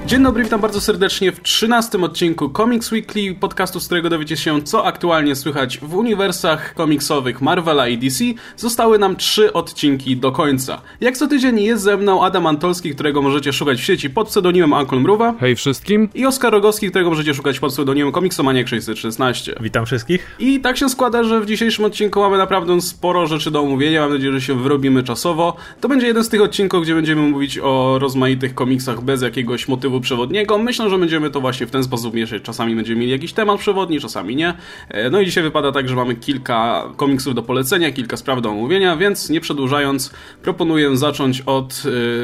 Dzień dobry, witam bardzo serdecznie w 13. odcinku Comics Weekly, podcastu, z którego dowiecie się, co aktualnie słychać w uniwersach komiksowych Marvela i DC. Zostały nam 3 odcinki do końca. Jak co tydzień jest ze mną Adam Antolski, którego możecie szukać w sieci pod pseudonimem Uncle Mruwa. Hej wszystkim. I Oskar Rogowski, którego możecie szukać pod pseudonimem Komiksomaniak 616. Witam wszystkich. I tak się składa, że w dzisiejszym odcinku mamy naprawdę sporo rzeczy do omówienia. Mam nadzieję, że się wyrobimy czasowo. To będzie jeden z tych odcinków, gdzie będziemy mówić o rozmaitych komiksach bez jakiegoś motywu przewodniego. Myślę, że będziemy to właśnie w ten sposób mieszać. Czasami będziemy mieli jakiś temat przewodni, czasami nie. No i dzisiaj wypada tak, że mamy kilka komiksów do polecenia, kilka spraw do omówienia, więc nie przedłużając, proponuję zacząć od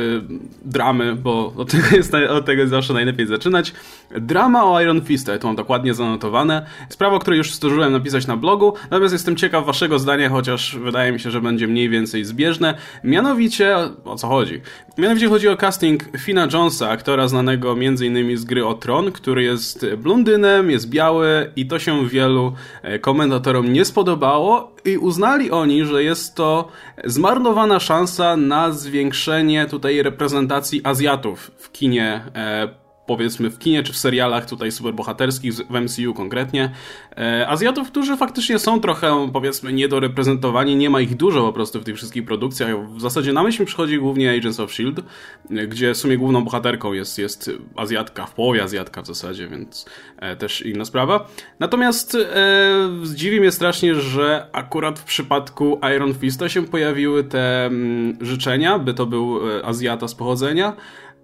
dramy, bo od tego jest zawsze najlepiej zaczynać. Drama o Iron Fist, to mam dokładnie zanotowane. Sprawa, o której już zdążyłem napisać na blogu, natomiast jestem ciekaw waszego zdania, chociaż wydaje mi się, że będzie mniej więcej zbieżne. Mianowicie, o co chodzi? Mianowicie chodzi o casting Finna Jonesa, aktora znanego m.in. z gry o Tron, który jest blondynem, jest biały i to się wielu komentatorom nie spodobało i uznali oni, że jest to zmarnowana szansa na zwiększenie tutaj reprezentacji Azjatów w kinie, powiedzmy w kinie czy w serialach tutaj superbohaterskich w MCU konkretnie. Azjatów, którzy faktycznie są trochę, powiedzmy, niedoreprezentowani, nie ma ich dużo po prostu w tych wszystkich produkcjach. W zasadzie na myśl mi przychodzi głównie Agents of S.H.I.E.L.D., gdzie w sumie główną bohaterką jest Azjatka, w połowie Azjatka w zasadzie, więc też inna sprawa. Natomiast zdziwi mnie strasznie, że akurat w przypadku Iron Fista się pojawiły te życzenia, by to był Azjata z pochodzenia,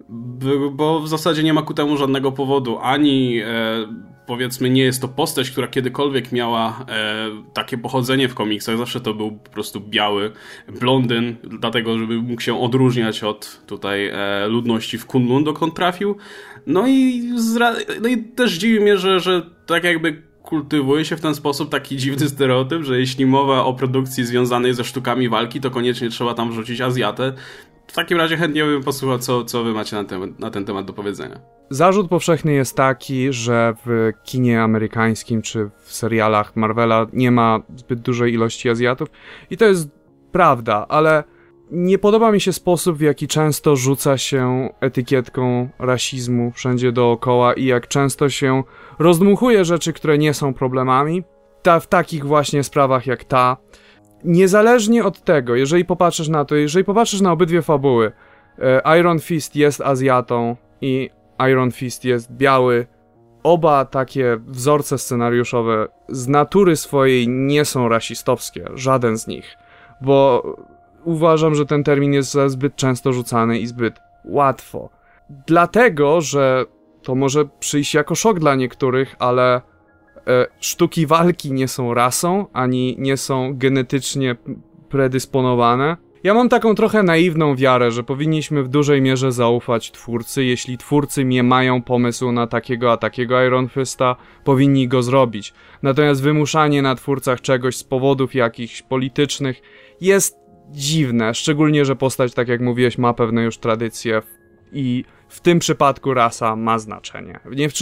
bo w zasadzie nie ma ku temu żadnego powodu, ani powiedzmy nie jest to postać, która kiedykolwiek miała takie pochodzenie w komiksach, zawsze to był po prostu biały blondyn, dlatego żeby mógł się odróżniać od tutaj ludności w Kunlun, dokąd trafił. No i też dziwi mnie, że tak jakby kultywuje się w ten sposób taki dziwny stereotyp, że jeśli mowa o produkcji związanej ze sztukami walki, to koniecznie trzeba tam wrzucić Azjatę. W takim razie chętnie bym posłuchał, co wy macie na ten temat do powiedzenia. Zarzut powszechny jest taki, że w kinie amerykańskim czy w serialach Marvela nie ma zbyt dużej ilości Azjatów i to jest prawda, ale nie podoba mi się sposób, w jaki często rzuca się etykietką rasizmu wszędzie dookoła i jak często się rozdmuchuje rzeczy, które nie są problemami, w takich właśnie sprawach jak ta. Niezależnie od tego, jeżeli popatrzysz na obydwie fabuły, Iron Fist jest Azjatą i Iron Fist jest biały, oba takie wzorce scenariuszowe z natury swojej nie są rasistowskie, żaden z nich, bo uważam, że ten termin jest zbyt często rzucany i zbyt łatwo. Dlatego, że to może przyjść jako szok dla niektórych, ale sztuki walki nie są rasą, ani nie są genetycznie predysponowane. Ja mam taką trochę naiwną wiarę, że powinniśmy w dużej mierze zaufać twórcy. Jeśli twórcy mają pomysł na takiego a takiego Iron Fista, powinni go zrobić. Natomiast wymuszanie na twórcach czegoś z powodów jakichś politycznych jest dziwne, szczególnie, że postać, tak jak mówiłeś, ma pewne już tradycje i w tym przypadku rasa ma znaczenie.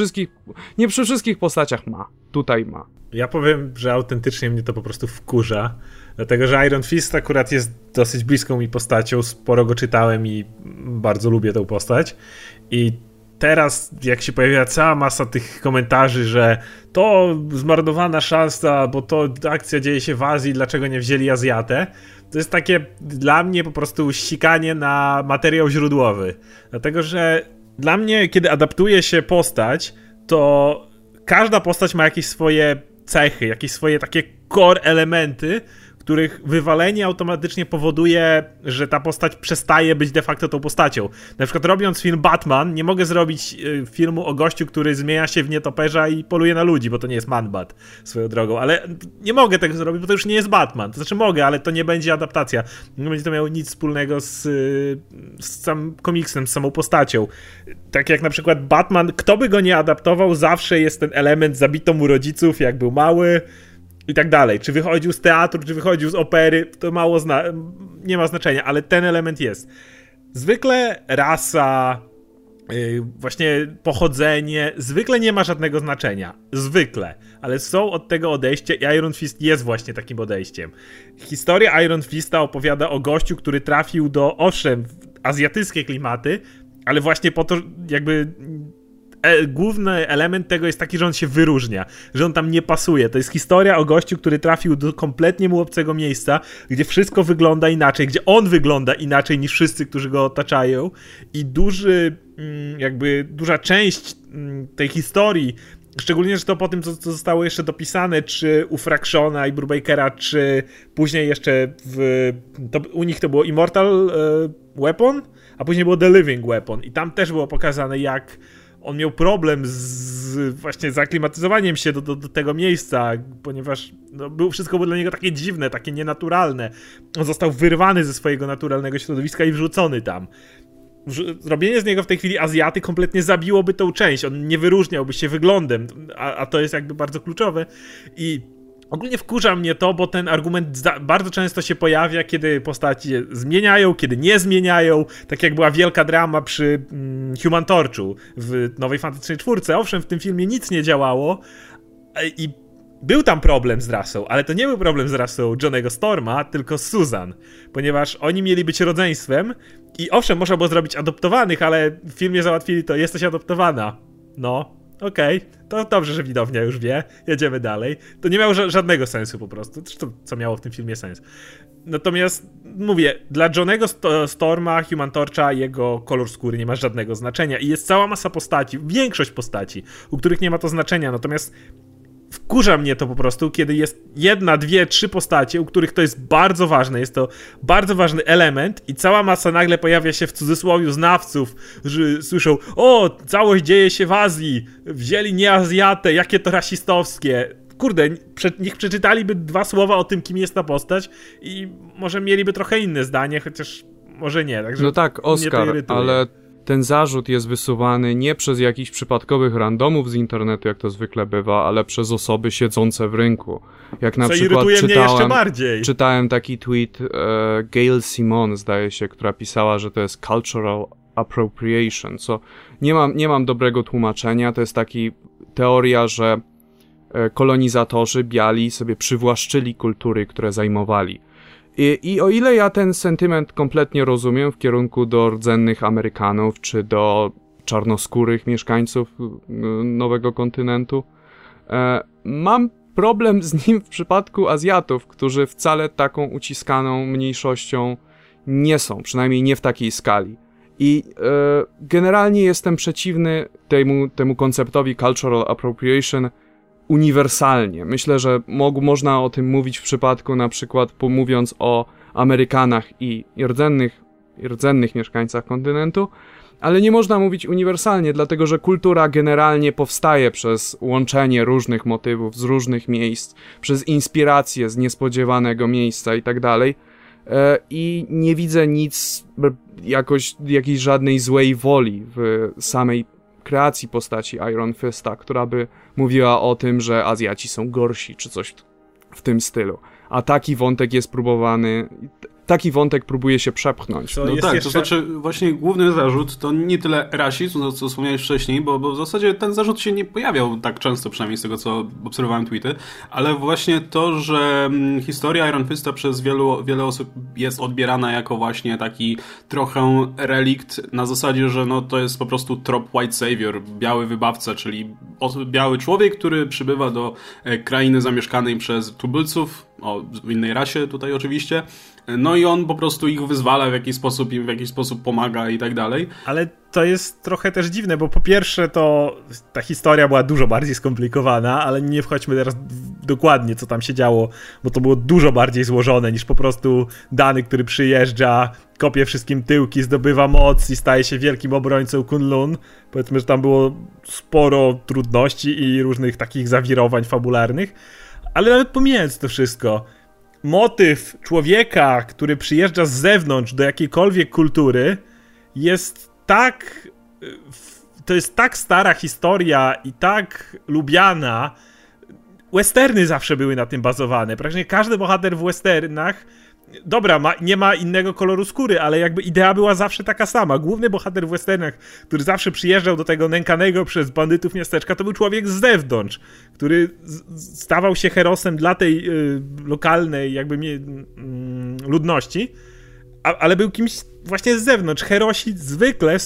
Nie przy wszystkich postaciach ma. Tutaj ma. Ja powiem, że autentycznie mnie to po prostu wkurza, dlatego że Iron Fist akurat jest dosyć bliską mi postacią, sporo go czytałem i bardzo lubię tę postać. I teraz, jak się pojawiła cała masa tych komentarzy, że to zmarnowana szansa, bo to akcja dzieje się w Azji, dlaczego nie wzięli Azjatę, to jest takie dla mnie po prostu ścikanie na materiał źródłowy. Dlatego, że dla mnie, kiedy adaptuje się postać, to każda postać ma jakieś swoje cechy, jakieś swoje takie core elementy, których wywalenie automatycznie powoduje, że ta postać przestaje być de facto tą postacią. Na przykład robiąc film Batman, nie mogę zrobić filmu o gościu, który zmienia się w nietoperza i poluje na ludzi, bo to nie jest Man-Bat swoją drogą, ale nie mogę tego zrobić, bo to już nie jest Batman. To znaczy mogę, ale to nie będzie adaptacja. Nie będzie to miało nic wspólnego z samym komiksem, z samą postacią. Tak jak na przykład Batman, kto by go nie adaptował, zawsze jest ten element zabito mu rodziców, jak był mały, i tak dalej. Czy wychodził z teatru, czy wychodził z opery, to nie ma znaczenia, ale ten element jest. Zwykle rasa, właśnie pochodzenie, zwykle nie ma żadnego znaczenia. Zwykle. Ale są od tego odejścia i Iron Fist jest właśnie takim odejściem. Historia Iron Fista opowiada o gościu, który trafił do, owszem, azjatyckie klimaty, ale właśnie po to jakby główny element tego jest taki, że on się wyróżnia, że on tam nie pasuje. To jest historia o gościu, który trafił do kompletnie mu obcego miejsca, gdzie wszystko wygląda inaczej, gdzie on wygląda inaczej niż wszyscy, którzy go otaczają i duża część tej historii, szczególnie, że to po tym, co zostało jeszcze dopisane, czy u Fractiona i Brubakera, czy później jeszcze u nich to było Immortal Weapon, a później było The Living Weapon i tam też było pokazane, jak on miał problem z właśnie zaklimatyzowaniem się do tego miejsca, ponieważ wszystko było dla niego takie dziwne, takie nienaturalne. On został wyrwany ze swojego naturalnego środowiska i wrzucony tam. Zrobienie z niego w tej chwili Azjaty kompletnie zabiłoby tą część. On nie wyróżniałby się wyglądem, a to jest jakby bardzo kluczowe. I ogólnie wkurza mnie to, bo ten argument bardzo często się pojawia, kiedy postacie zmieniają, kiedy nie zmieniają. Tak jak była wielka drama przy Human Torchu w Nowej Fantastycznej Czwórce. Owszem, w tym filmie nic nie działało i był tam problem z rasą, ale to nie był problem z rasą Johnnego Storma, tylko z Susan, ponieważ oni mieli być rodzeństwem i owszem, można było zrobić adoptowanych, ale w filmie załatwili to, jesteś adoptowana. No, okej, to dobrze, że widownia już wie, jedziemy dalej. To nie miało żadnego sensu po prostu, zresztą co miało w tym filmie sens. Natomiast, mówię, dla Johnnego Storma, Human Torcha, jego kolor skóry nie ma żadnego znaczenia i jest cała masa postaci, większość postaci, u których nie ma to znaczenia, natomiast wkurza mnie to po prostu, kiedy jest 1, 2, 3 postacie, u których to jest bardzo ważne, jest to bardzo ważny element i cała masa nagle pojawia się w cudzysłowie znawców, że słyszą, o, całość dzieje się w Azji, wzięli nie Azjatę, jakie to rasistowskie. Kurde, niech przeczytaliby 2 słowa o tym, kim jest ta postać i może mieliby trochę inne zdanie, chociaż może nie. Także no tak, Oskar, ale ten zarzut jest wysuwany nie przez jakichś przypadkowych randomów z internetu, jak to zwykle bywa, ale przez osoby siedzące w rynku. Jak na przykład czytałem taki tweet Gail Simon, zdaje się, która pisała, że to jest cultural appropriation, co nie mam dobrego tłumaczenia. To jest taki teoria, że kolonizatorzy biali sobie przywłaszczyli kultury, które zajmowali. I o ile ja ten sentyment kompletnie rozumiem w kierunku do rdzennych Amerykanów, czy do czarnoskórych mieszkańców nowego kontynentu, mam problem z nim w przypadku Azjatów, którzy wcale taką uciskaną mniejszością nie są, przynajmniej nie w takiej skali. I generalnie jestem przeciwny temu konceptowi cultural appropriation uniwersalnie. Myślę, że można o tym mówić w przypadku na przykład mówiąc o Amerykanach i rdzennych mieszkańcach kontynentu, ale nie można mówić uniwersalnie, dlatego że kultura generalnie powstaje przez łączenie różnych motywów z różnych miejsc, przez inspirację z niespodziewanego miejsca i tak dalej. I nie widzę jakiejś żadnej złej woli w samej kreacji postaci Iron Fista, która by mówiła o tym, że Azjaci są gorsi, czy coś w tym stylu. A taki wątek jest taki wątek próbuje się przepchnąć. No tak, to znaczy właśnie główny zarzut to nie tyle rasizm, co wspomniałeś wcześniej, bo w zasadzie ten zarzut się nie pojawiał tak często, przynajmniej z tego, co obserwowałem tweety, ale właśnie to, że historia Iron Fista przez wiele osób jest odbierana jako właśnie taki trochę relikt na zasadzie, że no to jest po prostu trop white savior, biały wybawca, czyli biały człowiek, który przybywa do krainy zamieszkanej przez tubylców, o innej rasie tutaj oczywiście, no i on po prostu ich wyzwala w jakiś sposób, im w jakiś sposób pomaga i tak dalej. Ale to jest trochę też dziwne, bo po pierwsze to ta historia była dużo bardziej skomplikowana, ale nie wchodźmy teraz dokładnie, co tam się działo, bo to było dużo bardziej złożone niż po prostu Dany, który przyjeżdża, kopie wszystkim tyłki, zdobywa moc i staje się wielkim obrońcą Kunlun. Powiedzmy, że tam było sporo trudności i różnych takich zawirowań fabularnych, ale nawet pomijając to wszystko, motyw człowieka, który przyjeżdża z zewnątrz do jakiejkolwiek kultury jest tak... To jest tak stara historia i tak lubiana. Westerny zawsze były na tym bazowane. Praktycznie każdy bohater w westernach, dobra, nie ma innego koloru skóry, ale jakby idea była zawsze taka sama. Główny bohater w westernach, który zawsze przyjeżdżał do tego nękanego przez bandytów miasteczka, to był człowiek z zewnątrz, który stawał się herosem dla tej lokalnej jakby ludności, ale był kimś właśnie z zewnątrz. Herosi zwykle są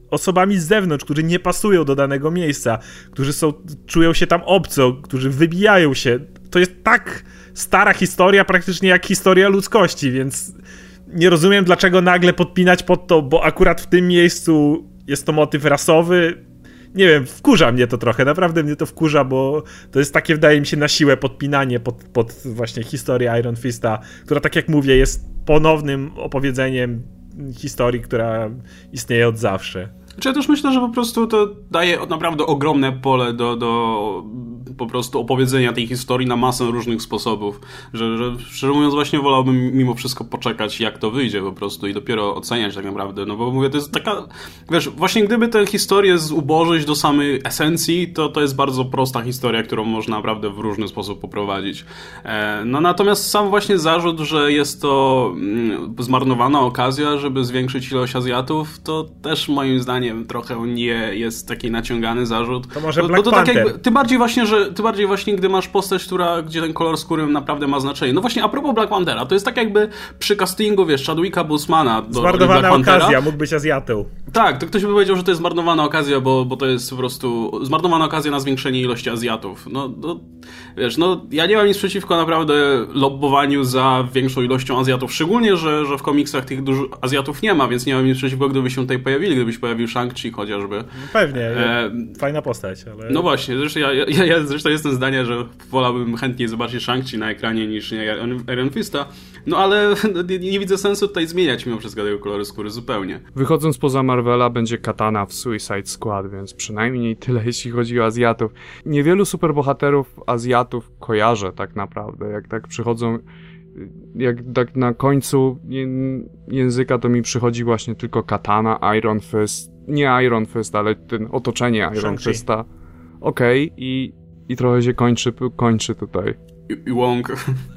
osobami z zewnątrz, którzy nie pasują do danego miejsca, którzy czują się tam obco, którzy wybijają się. To jest tak stara historia praktycznie jak historia ludzkości, więc nie rozumiem, dlaczego nagle podpinać pod to, bo akurat w tym miejscu jest to motyw rasowy. Nie wiem, wkurza mnie to trochę, naprawdę mnie to wkurza, bo to jest takie, wydaje mi się, na siłę podpinanie pod właśnie historię Iron Fista, która, tak jak mówię, jest ponownym opowiedzeniem historii, która istnieje od zawsze. Ja też myślę, że po prostu to daje naprawdę ogromne pole do po prostu opowiedzenia tej historii na masę różnych sposobów, że szczerze mówiąc właśnie wolałbym mimo wszystko poczekać, jak to wyjdzie po prostu i dopiero oceniać tak naprawdę, no bo mówię, to jest taka, wiesz, właśnie gdyby tę historię zubożyć do samej esencji, to jest bardzo prosta historia, którą można naprawdę w różny sposób poprowadzić. No natomiast sam właśnie zarzut, że jest to zmarnowana okazja, żeby zwiększyć ilość Azjatów, to też moim zdaniem trochę nie jest taki naciągany zarzut. To może Black Panther. Tak jakby, tym bardziej właśnie, gdy masz postać, gdzie ten kolor skóry naprawdę ma znaczenie. No właśnie, a propos Black Panthera, to jest tak jakby przy castingu, wiesz, Chadwicka Bosemana do zmarnowana okazja, mógł być Azjatą. Tak, to ktoś by powiedział, że to jest zmarnowana okazja, bo to jest po prostu zmarnowana okazja na zwiększenie ilości Azjatów. No, wiesz, no ja nie mam nic przeciwko naprawdę lobbowaniu za większą ilością Azjatów, szczególnie, że w komiksach tych dużo Azjatów nie ma, więc nie mam nic przeciwko, gdyby się tutaj pojawili, gdyby się pojawił Shang-Chi chociażby. Pewnie, fajna postać, ale... No właśnie, zresztą ja zresztą jestem zdania, że wolałbym chętniej zobaczyć Shang-Chi na ekranie niż Iron Fista, no ale nie widzę sensu tutaj zmieniać mimo wszystko tego koloru skóry zupełnie. Wychodząc poza Marvela będzie Katana w Suicide Squad, więc przynajmniej tyle jeśli chodzi o Azjatów. Niewielu superbohaterów Azjatów kojarzę tak naprawdę, jak tak przychodzą, jak tak na końcu języka to mi przychodzi właśnie tylko Katana, Iron Fist, nie Iron Fist, ale otoczenie Iron Fista. Okej, i trochę się kończy tutaj. I Wong.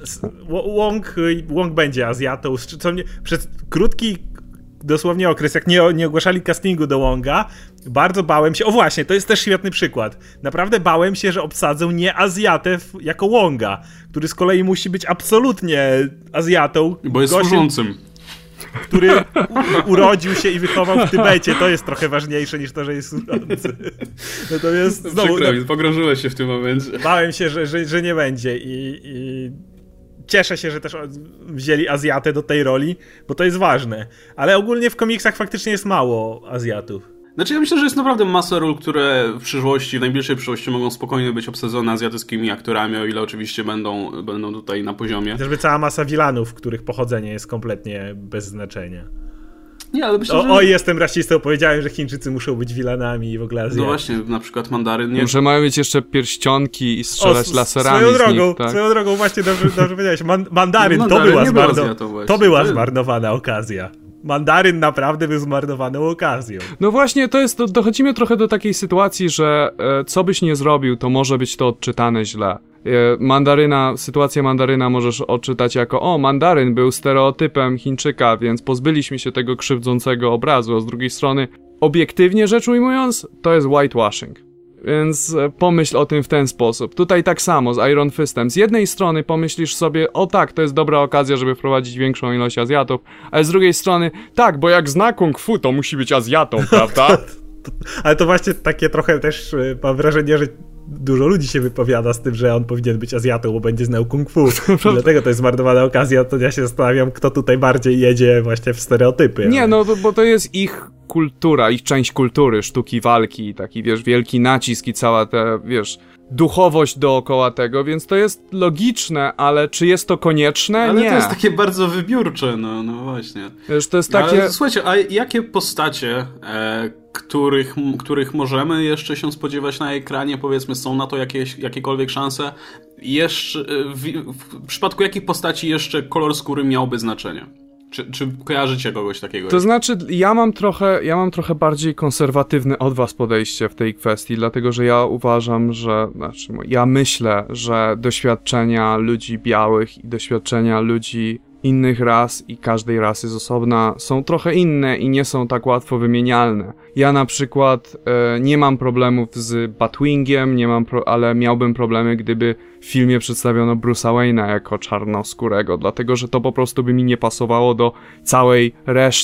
Wong będzie Azjatą, co mnie przez krótki dosłownie okres, jak nie ogłaszali castingu do Wonga, bardzo bałem się, o właśnie, to jest też świetny przykład, naprawdę bałem się, że obsadzą nie Azjatę jako Wonga, który z kolei musi być absolutnie Azjatą. Bo jest służącym. Który urodził się i wychował w Tybecie, to jest trochę ważniejsze niż to, że jest służący. Natomiast znowu... Pogrążyłeś się w tym momencie. Bałem się, że nie będzie i cieszę się, że też wzięli Azjatę do tej roli, bo to jest ważne. Ale ogólnie w komiksach faktycznie jest mało Azjatów. Znaczy ja myślę, że jest naprawdę masa ról, które w najbliższej przyszłości mogą spokojnie być obsadzone azjatyckimi aktorami, o ile oczywiście będą tutaj na poziomie. Chociażby cała masa wilanów, których pochodzenie jest kompletnie bez znaczenia. Nie, ale myślę, że... Oj, jestem rasistą, powiedziałem, że Chińczycy muszą być wilanami i w ogóle Azjaci. No właśnie, na przykład Mandaryn... Nie... Że mają mieć jeszcze pierścionki i strzelać laserami Swoją drogą, właśnie dobrze powiedziałeś. Mandaryn to była zmarnowana okazja. Mandaryn naprawdę był zmarnowaną okazją. No właśnie, dochodzimy trochę do takiej sytuacji, że co byś nie zrobił, to może być to odczytane źle. Sytuację Mandaryna możesz odczytać jako Mandaryn był stereotypem Chińczyka, więc pozbyliśmy się tego krzywdzącego obrazu, a z drugiej strony, obiektywnie rzecz ujmując, to jest whitewashing. Więc pomyśl o tym w ten sposób. Tutaj tak samo z Iron Fistem. Z jednej strony pomyślisz sobie, tak, to jest dobra okazja, żeby wprowadzić większą ilość Azjatów, ale z drugiej strony, tak, bo jak zna kung fu, to musi być Azjatą, prawda? Ale to właśnie takie trochę też mam wrażenie, że dużo ludzi się wypowiada z tym, że on powinien być Azjatą, bo będzie znał kung fu. Dlatego to jest zmarnowana okazja, to ja się zastanawiam, kto tutaj bardziej jedzie właśnie w stereotypy. Nie, no bo to jest ich kultura, ich część kultury, sztuki walki, taki, wiesz, wielki nacisk i cała ta, wiesz, duchowość dookoła tego, więc to jest logiczne, ale czy jest to konieczne? Ale nie. To jest takie bardzo wybiórcze, no właśnie. Wiesz, to jest takie... Ale słuchajcie, a jakie postacie, których możemy jeszcze się spodziewać na ekranie, powiedzmy, są na to jakiekolwiek szanse? Jeszcze, w przypadku jakich postaci jeszcze kolor skóry miałby znaczenie? Czy kojarzycie kogoś takiego? To znaczy, ja mam trochę bardziej konserwatywne od was podejście w tej kwestii, dlatego że ja uważam, ja myślę, że doświadczenia ludzi białych i doświadczenia ludzi innych ras i każdej rasy z osobna są trochę inne i nie są tak łatwo wymienialne. Ja na przykład nie mam problemów z Batwingiem, ale miałbym problemy, gdyby w filmie przedstawiono Bruce'a Wayne'a jako czarnoskórego, dlatego że to po prostu by mi nie pasowało do całej reszty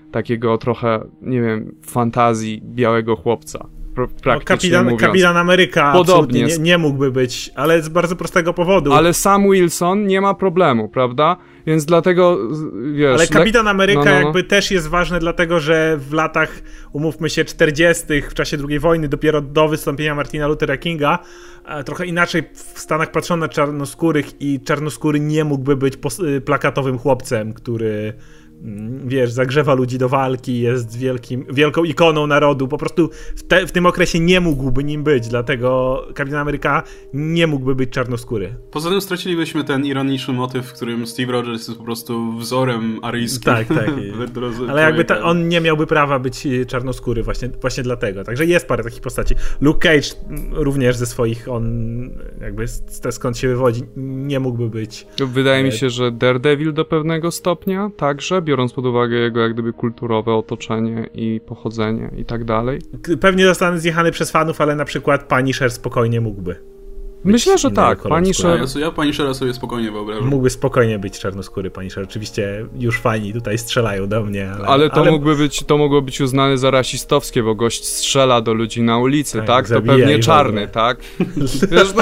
takiego trochę, nie wiem, fantazji białego chłopca. Kapitan Ameryka podobnie nie mógłby być, ale z bardzo prostego powodu. Ale Sam Wilson nie ma problemu, prawda? Więc dlatego, wiesz... Ale Kapitan Ameryka jakby też jest ważny, dlatego że w latach, umówmy się, 40. w czasie II wojny, dopiero do wystąpienia Martina Luthera Kinga, trochę inaczej w Stanach patrzono na czarnoskórych i czarnoskóry nie mógłby być plakatowym chłopcem, który... wiesz, zagrzewa ludzi do walki, jest wielką ikoną narodu, po prostu w tym okresie nie mógłby nim być, dlatego Kapitan Ameryka nie mógłby być czarnoskóry. Poza tym stracilibyśmy ten ironiczny motyw, w którym Steve Rogers jest po prostu wzorem aryjskim. Tak. Ale jakby on nie miałby prawa być czarnoskóry właśnie dlatego. Także jest parę takich postaci. Luke Cage również ze swoich, on jakby skąd się wywodzi, nie mógłby być. Wydaje mi się, że Daredevil do pewnego stopnia także, biorąc pod uwagę jego jak gdyby kulturowe otoczenie i pochodzenie i tak dalej. Pewnie zostanę zjechany przez fanów, ale na przykład Punisher spokojnie mógłby. Myślę, że tak. Punisher... Ja Punishera sobie spokojnie wyobrażam. Mógłby spokojnie być czarnoskóry Punisher. Oczywiście już fani tutaj strzelają do mnie. Ale to mogło być uznane za rasistowskie, bo gość strzela do ludzi na ulicy, tak? To pewnie czarny, tak? Wiesz,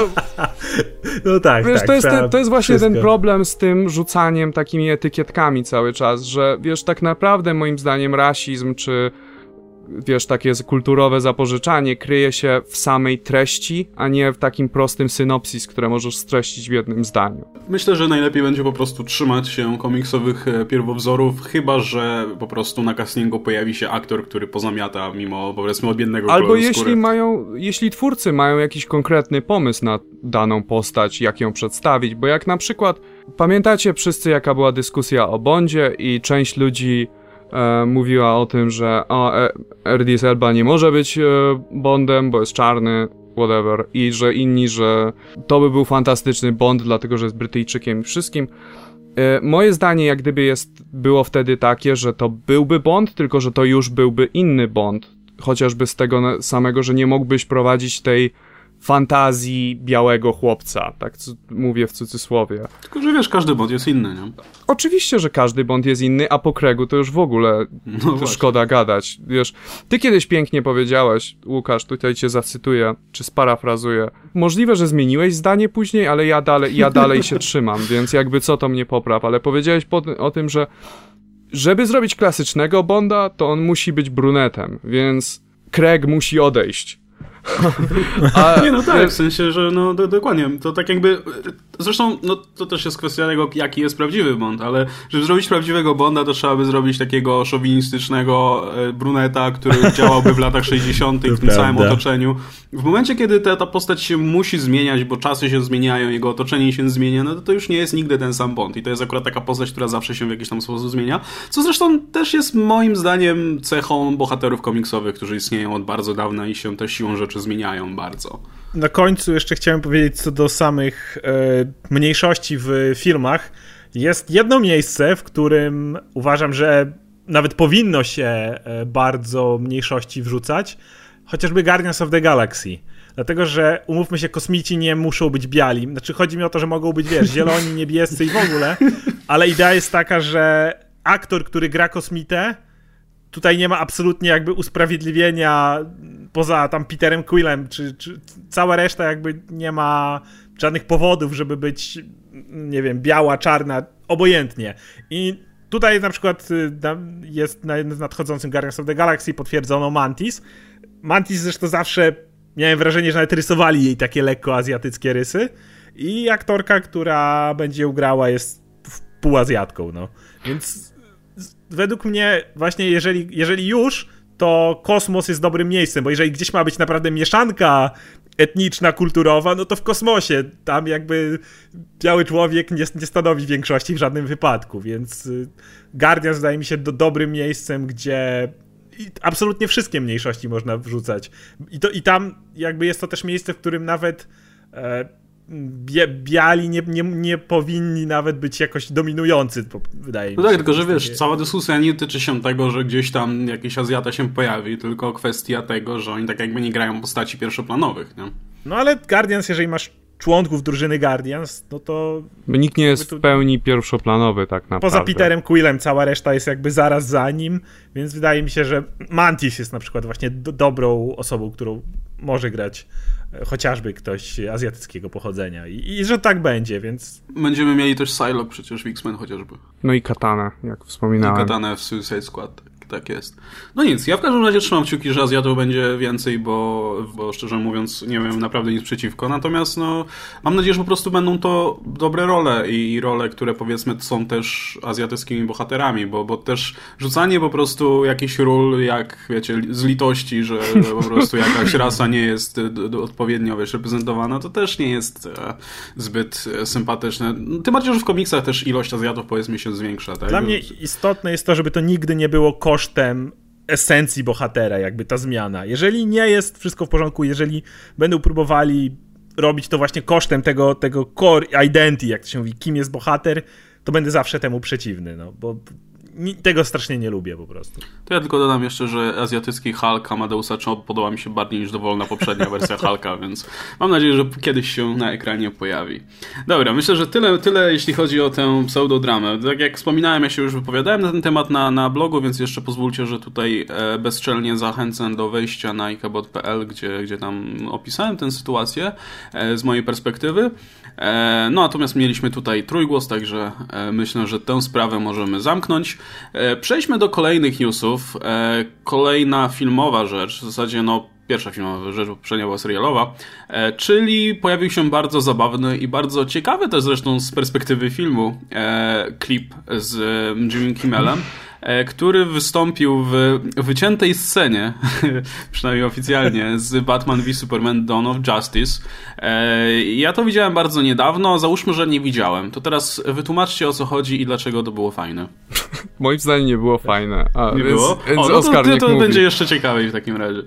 no tak, wiesz, tak. To jest właśnie wszystko. ten problem z tym rzucaniem takimi etykietkami cały czas, że wiesz, tak naprawdę moim zdaniem rasizm czy wiesz, takie kulturowe zapożyczanie kryje się w samej treści, a nie w takim prostym synopsis, które możesz streścić w jednym zdaniu. Myślę, że najlepiej będzie po prostu trzymać się komiksowych pierwowzorów, chyba że po prostu na castingu pojawi się aktor, który pozamiata mimo, powiedzmy, odmiennego koloru skóry. Jeśli twórcy mają jakiś konkretny pomysł na daną postać, jak ją przedstawić, bo jak na przykład pamiętacie wszyscy, jaka była dyskusja o Bondzie i część ludzi mówiła o tym, że Idris Elba nie może być Bondem, bo jest czarny, whatever, i że inni, że to by był fantastyczny Bond, dlatego że jest Brytyjczykiem i wszystkim. Moje zdanie jak gdyby było wtedy takie, że to byłby Bond, tylko że to już byłby inny Bond, chociażby z tego samego, że nie mógłbyś prowadzić tej fantazji białego chłopca, tak mówię w cudzysłowie. Tylko, że wiesz, każdy Bond jest inny, nie? Oczywiście, że każdy Bond jest inny, a po Craigu to już w ogóle szkoda gadać. Wiesz, ty kiedyś pięknie powiedziałeś, Łukasz, tutaj cię zacytuję, czy sparafrazuję. Możliwe, że zmieniłeś zdanie później, ale ja dalej się trzymam, więc jakby co to mnie popraw, ale powiedziałeś o tym, że żeby zrobić klasycznego Bonda, to on musi być brunetem, więc Craig musi odejść. Nie, no tak, w sensie, że no dokładnie, to tak jakby, zresztą no to też jest kwestia tego, jaki jest prawdziwy Bond, ale żeby zrobić prawdziwego Bonda, to trzeba by zrobić takiego szowinistycznego bruneta, który działałby w latach 60. w tym całym otoczeniu. W momencie, kiedy ta postać się musi zmieniać, bo czasy się zmieniają, jego otoczenie się zmienia, no to już nie jest nigdy ten sam Bond i to jest akurat taka postać, która zawsze się w jakiś tam sposób zmienia, co zresztą też jest moim zdaniem cechą bohaterów komiksowych, którzy istnieją od bardzo dawna i się też siłą rzeczy zmieniają bardzo. Na końcu jeszcze chciałem powiedzieć co do samych mniejszości w filmach. Jest jedno miejsce, w którym uważam, że nawet powinno się bardzo mniejszości wrzucać, chociażby Guardians of the Galaxy. Dlatego, że umówmy się, kosmici nie muszą być biali. Znaczy chodzi mi o to, że mogą być, wiesz, zieloni, niebiescy i w ogóle, ale idea jest taka, że aktor, który gra kosmitę, tutaj nie ma absolutnie jakby usprawiedliwienia poza tam Peterem Quillem, czy cała reszta jakby nie ma żadnych powodów, żeby być, nie wiem, biała, czarna, obojętnie. I tutaj na przykład jest na jednym z nadchodzącym Guardians of the Galaxy potwierdzono Mantis. Mantis zresztą zawsze miałem wrażenie, że nawet rysowali jej takie lekko azjatyckie rysy i aktorka, która będzie ją grała, jest półazjatką, no. Więc według mnie właśnie jeżeli już, to kosmos jest dobrym miejscem, bo jeżeli gdzieś ma być naprawdę mieszanka etniczna, kulturowa, no to w kosmosie. Tam jakby biały człowiek nie stanowi większości w żadnym wypadku, więc Guardian zdaje mi się dobrym miejscem, gdzie absolutnie wszystkie mniejszości można wrzucać. I tam jakby jest to też miejsce, w którym nawet biali nie powinni nawet być jakoś dominujący, wydaje mi się. No tak, tylko że wiesz, cała dyskusja nie tyczy się tego, że gdzieś tam jakiś Azjata się pojawi, tylko kwestia tego, że oni tak jakby nie grają postaci pierwszoplanowych, nie? No ale Guardians, jeżeli masz członków drużyny Guardians, no to... Bo nikt nie jest w pełni pierwszoplanowy tak naprawdę. Poza Peterem Quillem cała reszta jest jakby zaraz za nim, więc wydaje mi się, że Mantis jest na przykład właśnie dobrą osobą, którą może grać chociażby ktoś azjatyckiego pochodzenia i że tak będzie, więc... Będziemy mieli też Psylocke przecież w X-Men chociażby. No i Katanę, jak wspominałem. I Katanę w Suicide Squad. Tak jest. No nic, ja w każdym razie trzymam kciuki, że Azjatów będzie więcej, bo szczerze mówiąc nie wiem naprawdę nic przeciwko. Natomiast no, mam nadzieję, że po prostu będą to dobre role i role, które powiedzmy są też azjatyckimi bohaterami, bo też rzucanie po prostu jakichś ról, jak wiecie, z litości, że po prostu jakaś rasa nie jest odpowiednio reprezentowana, to też nie jest zbyt sympatyczne. Tym bardziej, że w komiksach też ilość Azjatów powiedzmy się zwiększa. Tak? Dla mnie istotne jest to, żeby to nigdy nie było kosztem esencji bohatera, jakby ta zmiana. Jeżeli nie jest wszystko w porządku, jeżeli będą próbowali robić to właśnie kosztem tego core identity, jak to się mówi, kim jest bohater, to będę zawsze temu przeciwny, no, bo tego strasznie nie lubię po prostu. To ja tylko dodam jeszcze, że azjatycki Hulk Amadeusa Cho podoba mi się bardziej niż dowolna poprzednia wersja Hulka, więc mam nadzieję, że kiedyś się na ekranie pojawi. Dobra, myślę, że tyle jeśli chodzi o tę pseudodramę. Tak jak wspominałem, ja się już wypowiadałem na ten temat na blogu, więc jeszcze pozwólcie, że tutaj bezczelnie zachęcam do wejścia na ikebot.pl, gdzie tam opisałem tę sytuację z mojej perspektywy. No natomiast mieliśmy tutaj trójgłos, także myślę, że tę sprawę możemy zamknąć. Przejdźmy do kolejnych newsów. Kolejna filmowa rzecz, w zasadzie pierwsza filmowa rzecz, bo poprzednia była serialowa, czyli pojawił się bardzo zabawny i bardzo ciekawy też zresztą z perspektywy filmu klip z Jimmy Kimmelem, który wystąpił w wyciętej scenie, przynajmniej oficjalnie, z Batman v Superman Dawn of Justice. Ja to widziałem bardzo niedawno, załóżmy, że nie widziałem. To teraz wytłumaczcie, o co chodzi i dlaczego to było fajne. Moim zdaniem nie było fajne. Nie było? To będzie jeszcze ciekawiej w takim razie.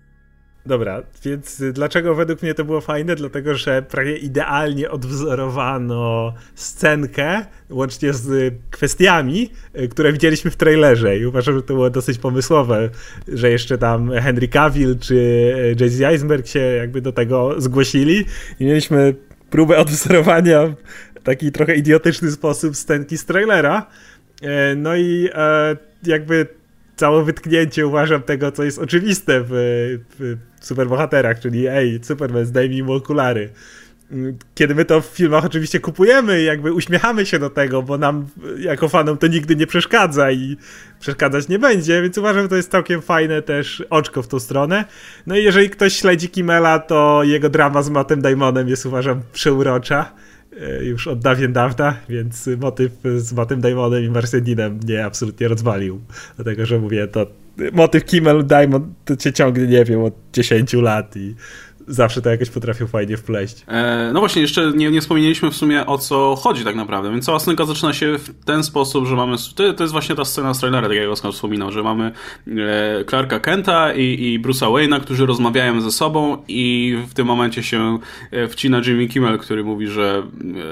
Dobra, więc dlaczego według mnie to było fajne? Dlatego, że prawie idealnie odwzorowano scenkę, łącznie z kwestiami, które widzieliśmy w trailerze i uważam, że to było dosyć pomysłowe, że jeszcze tam Henry Cavill czy Jesse Eisenberg się jakby do tego zgłosili i mieliśmy próbę odwzorowania w taki trochę idiotyczny sposób scenki z trailera. No i jakby całe wytknięcie uważam tego, co jest oczywiste w superbohaterach, czyli Superman, zdejmij mu okulary. Kiedy my to w filmach oczywiście kupujemy i jakby uśmiechamy się do tego, bo nam jako fanom to nigdy nie przeszkadza i przeszkadzać nie będzie, więc uważam, że to jest całkiem fajne też oczko w tą stronę. No i jeżeli ktoś śledzi Kimmela, to jego drama z Mattem Damonem jest uważam przeurocza. Już od dawien dawna, więc motyw z Mattem Damonem i Marsjaninem mnie absolutnie rozwalił. Dlatego, że mówię, to motyw Kimmel-Damon to cię ciągnie, nie wiem, od 10 lat i zawsze to jakoś potrafił fajnie wpleść. No właśnie, jeszcze nie wspomnieliśmy w sumie o co chodzi tak naprawdę, więc cała scenka zaczyna się w ten sposób, że mamy, to jest właśnie ta scena z trailera, tak jak Oskar wspominał, że mamy Clarka Kenta i Bruce'a Wayne'a, którzy rozmawiają ze sobą i w tym momencie się wcina Jimmy Kimmel, który mówi, że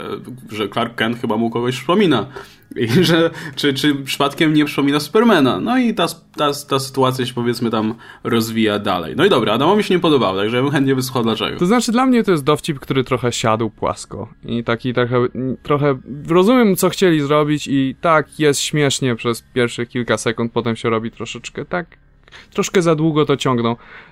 Clark Kent chyba mu kogoś przypomina. I że czy przypadkiem nie przypomina Supermana. No i ta sytuacja się powiedzmy tam rozwija dalej. No i dobra, Adamowi się nie podobało, także ja bym chętnie wysłuchał dlaczego. To znaczy dla mnie to jest dowcip, który trochę siadł płasko. I taki trochę rozumiem, co chcieli zrobić i tak jest śmiesznie przez pierwsze kilka sekund, potem się robi troszeczkę troszkę za długo to ciągną.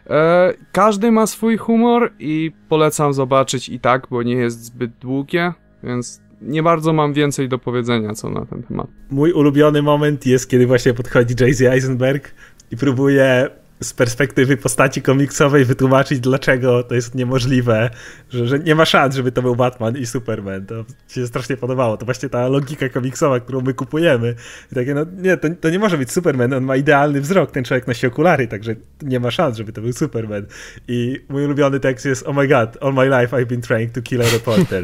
Każdy ma swój humor i polecam zobaczyć i tak, bo nie jest zbyt długie, więc nie bardzo mam więcej do powiedzenia co na ten temat. Mój ulubiony moment jest, kiedy właśnie podchodzi Jesse Eisenberg i próbuje z perspektywy postaci komiksowej wytłumaczyć, dlaczego to jest niemożliwe, że nie ma szans, żeby to był Batman i Superman. To się strasznie podobało. To właśnie ta logika komiksowa, którą my kupujemy. I takie, no nie, to nie może być Superman, on ma idealny wzrok, ten człowiek nosi okulary, także nie ma szans, żeby to był Superman. I mój ulubiony tekst jest: oh my god, all my life I've been trying to kill a reporter.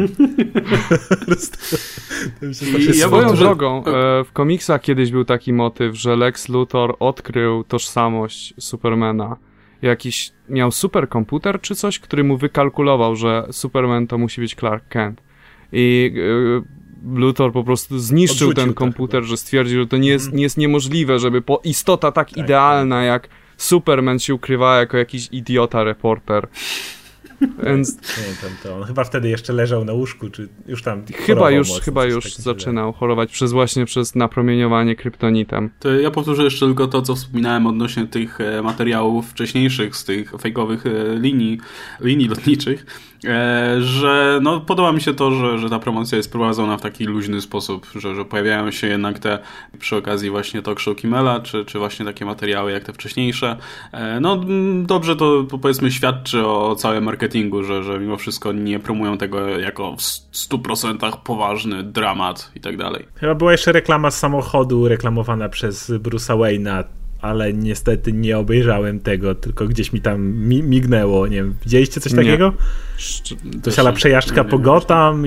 Swoją drogą, w komiksach kiedyś był taki motyw, że Lex Luthor odkrył tożsamość Supermana. Jakiś miał superkomputer czy coś, który mu wykalkulował, że Superman to musi być Clark Kent. I Luthor po prostu zniszczył ten komputer, że stwierdził, że to nie jest niemożliwe, żeby istota tak idealna jak Superman się ukrywała jako jakiś idiota reporter. Więc... Pamiętam to. On chyba wtedy jeszcze leżał na łóżku, czy już tam Chyba już zaczynał chorować przez napromieniowanie kryptonitem. To ja powtórzę jeszcze tylko to, co wspominałem odnośnie tych materiałów wcześniejszych z tych fejkowych linii lotniczych, że no, podoba mi się to, że ta promocja jest prowadzona w taki luźny sposób, że pojawiają się jednak te przy okazji właśnie talk show Kimmela, czy właśnie takie materiały jak te wcześniejsze. No dobrze to powiedzmy świadczy o całym marketingu, że mimo wszystko nie promują tego jako w 100% poważny dramat i tak dalej. Chyba była jeszcze reklama z samochodu reklamowana przez Bruce'a Wayne'a, ale niestety nie obejrzałem tego, tylko gdzieś mi tam mignęło. Nie wiem, widzieliście coś takiego? To siala przejażdżka po Gotham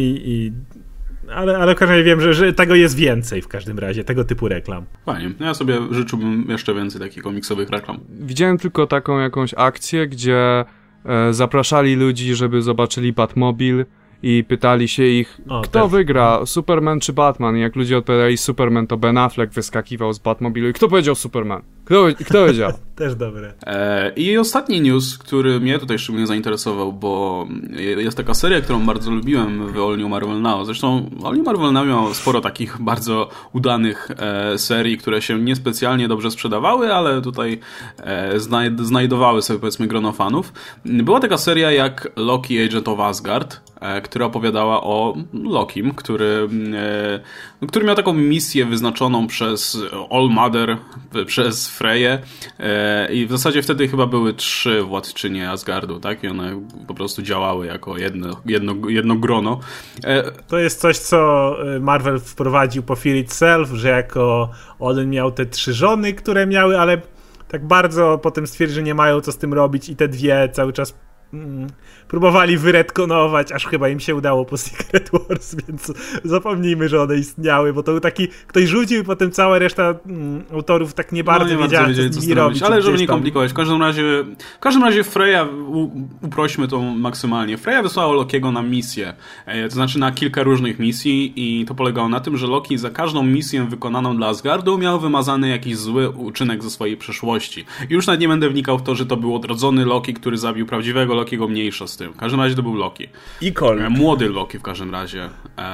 ale w każdym razie wiem, że tego jest więcej w każdym razie, tego typu reklam. Fajnie. Ja sobie życzyłbym jeszcze więcej takich komiksowych reklam. Widziałem tylko taką jakąś akcję, gdzie zapraszali ludzi, żeby zobaczyli Batmobil i pytali się ich, kto wygra, Superman czy Batman? I jak ludzie odpowiadali Superman, to Ben Affleck wyskakiwał z Batmobilu. I kto powiedział Superman? Kto powiedział? Też dobre. I ostatni news, który mnie tutaj szczególnie zainteresował, bo jest taka seria, którą bardzo lubiłem w All New Marvel Now. Zresztą All New Marvel Now miał sporo takich bardzo udanych serii, które się niespecjalnie dobrze sprzedawały, ale tutaj znajdowały sobie powiedzmy grono fanów. Była taka seria jak Loki Agent of Asgard, która opowiadała o Lokim, który miał taką misję wyznaczoną przez All Mother, przez Freję i w zasadzie wtedy chyba były 3 władczynie Asgardu, tak? I one po prostu działały jako jedno grono. To jest coś, co Marvel wprowadził po Fear Itself, że jako Odin miał te 3 żony, które miały, ale tak bardzo potem stwierdzili, że nie mają co z tym robić i te 2 cały czas próbowali wyretkonować, aż chyba im się udało po Secret Wars, więc zapomnijmy, że one istniały, bo to był taki, ktoś rzucił i potem cała reszta autorów tak nie bardzo wiedziała, co z nimi robić. Ale żeby nie komplikować, w każdym razie Freya, uprośmy to maksymalnie, Freya wysłała Lokiego na misję, to znaczy na kilka różnych misji i to polegało na tym, że Loki za każdą misję wykonaną dla Asgardu miał wymazany jakiś zły uczynek ze swojej przeszłości. I już nawet nie będę wnikał w to, że to był odrodzony Loki, który zabił prawdziwego Lokiego, mniejsza z tym. W każdym razie to był Loki. Młody Loki w każdym razie.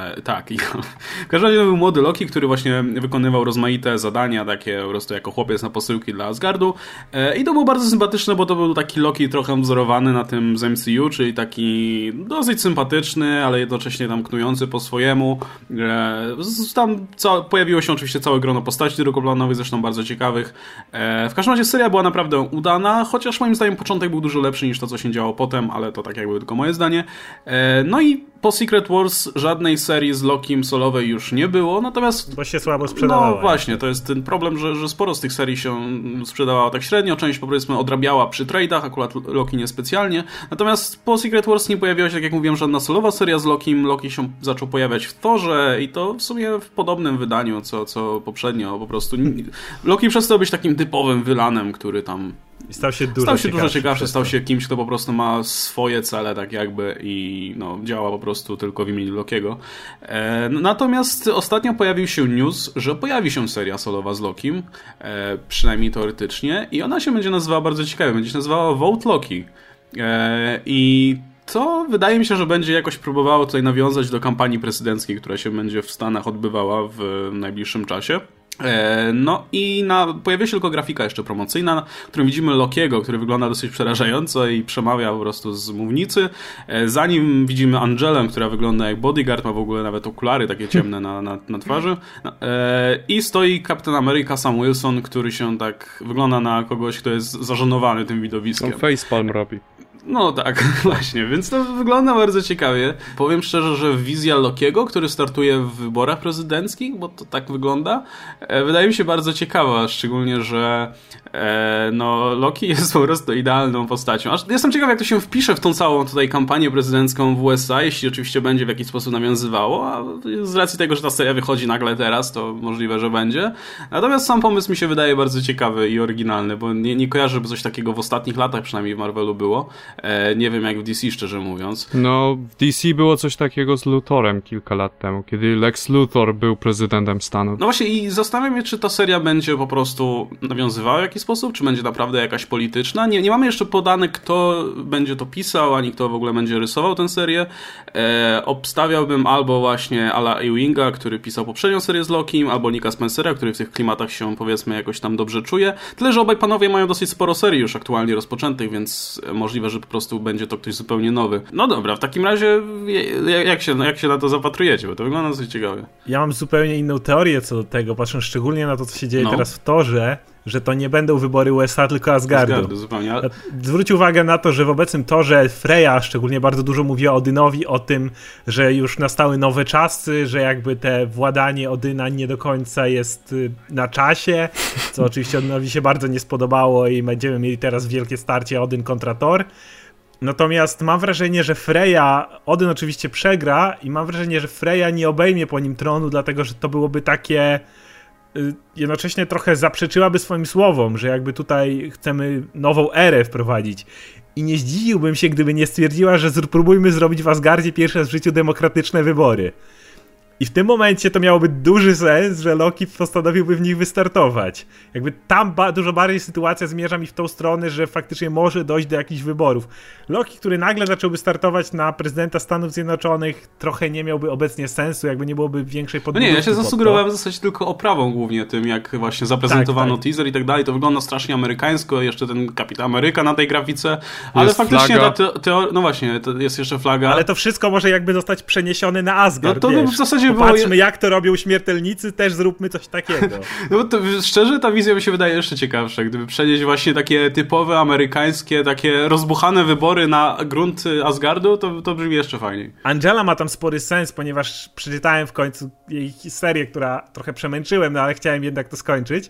W każdym razie to był młody Loki, który właśnie wykonywał rozmaite zadania, takie po prostu jako chłopiec na posyłki dla Asgardu. I to było bardzo sympatyczne, bo to był taki Loki trochę wzorowany na tym z MCU, czyli taki dosyć sympatyczny, ale jednocześnie tam knujący po swojemu. Tam pojawiło się oczywiście całe grono postaci drugoplanowych, zresztą bardzo ciekawych. W każdym razie seria była naprawdę udana, chociaż moim zdaniem początek był dużo lepszy niż to, co się działo potem, ale to tak jakby tylko moje zdanie. No i po Secret Wars żadnej serii z Lokim solowej już nie było, natomiast... Bo się słabo sprzedawało. No właśnie, to jest ten problem, że sporo z tych serii się sprzedawało tak średnio, część powiedzmy odrabiała przy trade'ach, akurat Loki niespecjalnie, natomiast po Secret Wars nie pojawiła się, tak jak mówiłem, żadna solowa seria z Lokim. Loki się zaczął pojawiać w Thorze i to w sumie w podobnym wydaniu, co poprzednio, po prostu Loki przestał być takim typowym wylanem, który tam... Stał się dużo ciekawszy, stał się kimś, kto po prostu ma swoje cele tak jakby i no, działa po prostu tylko w imieniu Lokiego. Natomiast ostatnio pojawił się news, że pojawi się seria solowa z Lokim, przynajmniej teoretycznie, i ona się będzie nazywała bardzo ciekawie, będzie się nazywała Vote Loki. I to wydaje mi się, że będzie jakoś próbowało tutaj nawiązać do kampanii prezydenckiej, która się będzie w Stanach odbywała w najbliższym czasie. No i pojawia się tylko grafika jeszcze promocyjna, na którym widzimy Lokiego, który wygląda dosyć przerażająco i przemawia po prostu z mównicy. Za nim widzimy Angelę, która wygląda jak bodyguard, ma w ogóle nawet okulary takie ciemne na twarzy. I stoi Captain America Sam Wilson, który się tak wygląda na kogoś, kto jest zażenowany tym widowiskiem. On facepalm robi. No tak, właśnie, więc to wygląda bardzo ciekawie. Powiem szczerze, że wizja Lokiego, który startuje w wyborach prezydenckich, bo to tak wygląda, wydaje mi się bardzo ciekawa, szczególnie, że no, Loki jest po prostu idealną postacią. Aż jestem ciekaw, jak to się wpisze w tą całą tutaj kampanię prezydencką w USA, jeśli oczywiście będzie w jakiś sposób nawiązywało, a z racji tego, że ta seria wychodzi nagle teraz, to możliwe, że będzie. Natomiast sam pomysł mi się wydaje bardzo ciekawy i oryginalny, bo nie kojarzę, by coś takiego w ostatnich latach przynajmniej w Marvelu było. Nie wiem jak w DC, szczerze mówiąc. No, w DC było coś takiego z Luthorem kilka lat temu, kiedy Lex Luthor był prezydentem Stanów. No właśnie i zastanawiam się, czy ta seria będzie po prostu nawiązywała w jakiś sposób, czy będzie naprawdę jakaś polityczna. Nie mamy jeszcze podane, kto będzie to pisał, ani kto w ogóle będzie rysował tę serię. Obstawiałbym albo właśnie Ala Ewinga, który pisał poprzednią serię z Lokim, albo Nicka Spencera, który w tych klimatach się, powiedzmy, jakoś tam dobrze czuje. Tyle, że obaj panowie mają dosyć sporo serii już aktualnie rozpoczętych, więc możliwe, że po prostu będzie to ktoś zupełnie nowy. No dobra, w takim razie jak się na to zapatrujecie, bo to wygląda dosyć ciekawie. Ja mam zupełnie inną teorię co do tego, patrząc szczególnie na to, co się dzieje teraz w Torze, że to nie będą wybory USA, tylko Asgardu. Zupełnie. Zwróć uwagę na to, że w obecnym Torze Freya szczególnie bardzo dużo mówiła Odynowi o tym, że już nastały nowe czasy, że jakby te władanie Odyna nie do końca jest na czasie, co oczywiście Odynowi się bardzo nie spodobało i będziemy mieli teraz wielkie starcie Odyn kontra Thor. Natomiast mam wrażenie, że Freya, Odyn oczywiście przegra i mam wrażenie, że Freya nie obejmie po nim tronu, dlatego że to byłoby takie... jednocześnie trochę zaprzeczyłaby swoim słowom, że jakby tutaj chcemy nową erę wprowadzić. I nie zdziwiłbym się, gdyby nie stwierdziła, że próbujmy zrobić w Asgardzie pierwszy raz w życiu demokratyczne wybory. I w tym momencie to miałoby duży sens, że Loki postanowiłby w nich wystartować. Jakby tam dużo bardziej sytuacja zmierza mi w tą stronę, że faktycznie może dojść do jakichś wyborów. Loki, który nagle zacząłby startować na prezydenta Stanów Zjednoczonych, trochę nie miałby obecnie sensu, jakby nie byłoby większej podbudowy. No nie, ja się zasugerowałem w zasadzie tylko oprawą głównie tym, jak właśnie zaprezentowano teaser i tak dalej. To wygląda strasznie amerykańsko, jeszcze ten Kapitan Ameryka na tej grafice, ale jest faktycznie no właśnie, to jest jeszcze flaga. Ale to wszystko może jakby zostać przeniesione na Asgard, no to w zasadzie popatrzmy, jak to robią śmiertelnicy, też zróbmy coś takiego. No bo to, szczerze, ta wizja mi się wydaje jeszcze ciekawsza. Gdyby przenieść właśnie takie typowe amerykańskie, takie rozbuchane wybory na grunt Asgardu, to brzmi jeszcze fajniej. Angela ma tam spory sens, ponieważ przeczytałem w końcu jej serię, która trochę przemęczyłem, no ale chciałem jednak to skończyć.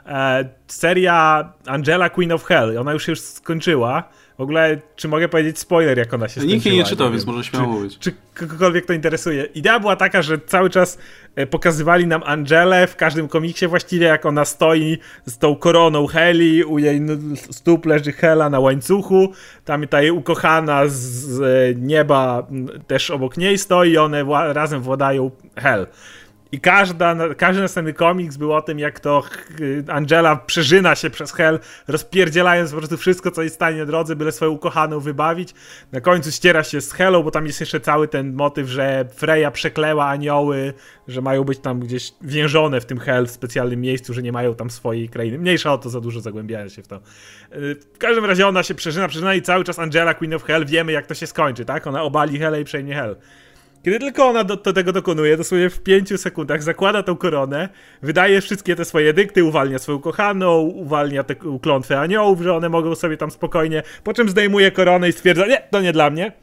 Seria Angela Queen of Hell, ona już się skończyła. W ogóle, czy mogę powiedzieć spoiler, jak ona się skończyła? Nikt jej nie czytał, więc może śmiało mówić. Czy kogokolwiek to interesuje. Idea była taka, że cały czas pokazywali nam Angelę w każdym komiksie właściwie, jak ona stoi z tą koroną Heli, u jej stóp leży Hela na łańcuchu, tam ta jej ukochana z nieba też obok niej stoi i one razem władają Hel. I każdy następny komiks był o tym, jak to Angela przerzyna się przez Hel, rozpierdzielając po prostu wszystko, co jest stanie na drodze, byle swoją ukochaną wybawić. Na końcu ściera się z Helą, bo tam jest jeszcze cały ten motyw, że Freya przekleła anioły, że mają być tam gdzieś więzione w tym Hel w specjalnym miejscu, że nie mają tam swojej krainy. Mniejsza o to, za dużo zagłębiania się w to. W każdym razie ona się przeżyna i cały czas Angela, Queen of Hell, wiemy jak to się skończy, tak? Ona obali Helę i przejmie Hel. Kiedy tylko ona do tego dokonuje, dosłownie w 5 sekundach zakłada tą koronę, wydaje wszystkie te swoje edykty, uwalnia swoją kochaną, uwalnia te klątwy aniołów, że one mogą sobie tam spokojnie, po czym zdejmuje koronę i stwierdza, nie, to nie dla mnie.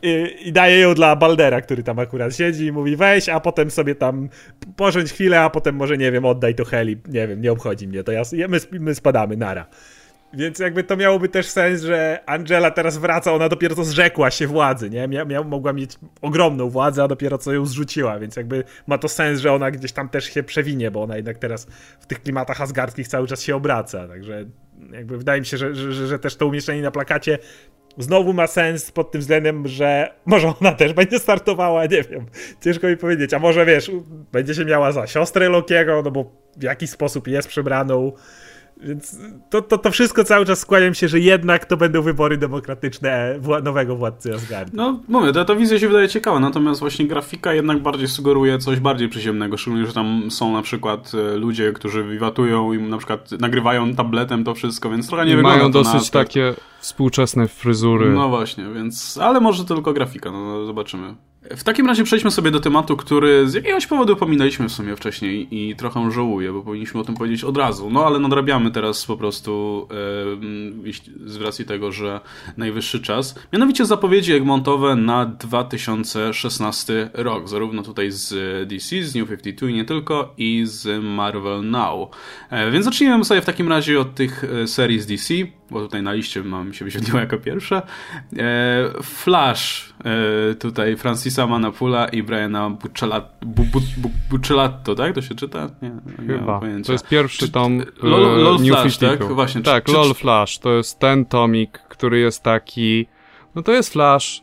I daje ją dla Baldera, który tam akurat siedzi i mówi weź, a potem sobie tam pożędź chwilę, a potem może, nie wiem, oddaj to Heli, nie wiem, nie obchodzi mnie, to my spadamy, nara. Więc jakby to miałoby też sens, że Angela teraz wraca, ona dopiero co zrzekła się władzy, nie? Mogła mieć ogromną władzę, a dopiero co ją zrzuciła, więc jakby ma to sens, że ona gdzieś tam też się przewinie, bo ona jednak teraz w tych klimatach asgardzkich cały czas się obraca, także jakby wydaje mi się, że też to umieszczenie na plakacie znowu ma sens pod tym względem, że może ona też będzie startowała, nie wiem, ciężko mi powiedzieć, a może wiesz, będzie się miała za siostrę Lokiego, no bo w jakiś sposób jest przebraną. Więc to wszystko cały czas skłania mi się, że jednak to będą wybory demokratyczne nowego władcy Asgardu. No mówię, ta wizja się wydaje ciekawa, natomiast właśnie grafika jednak bardziej sugeruje coś bardziej przyziemnego, szczególnie, że tam są na przykład ludzie, którzy wiwatują i na przykład nagrywają tabletem to wszystko, więc trochę nie wygląda mają to dosyć takie współczesne fryzury. No właśnie, więc, ale może to tylko grafika, no zobaczymy. W takim razie przejdźmy sobie do tematu, który z jakiegoś powodu pominęliśmy w sumie wcześniej i trochę żałuję, bo powinniśmy o tym powiedzieć od razu. No ale nadrabiamy teraz po prostu z racji tego, że najwyższy czas. Mianowicie zapowiedzi egmontowe na 2016 rok. Zarówno tutaj z DC, z New 52 i nie tylko, i z Marvel Now. Więc zacznijmy sobie w takim razie od tych serii z DC, bo tutaj na liście mi się wyświetliła jako pierwsza. Flash, tutaj Francisa Manapula i Briana Buccellato, tak? To się czyta? Nie mam pojęcia. To jest pierwszy tom LOL New Flash, 52. tak? Właśnie. Tak, LOL Flash. To jest ten tomik, który jest taki No to jest Flash.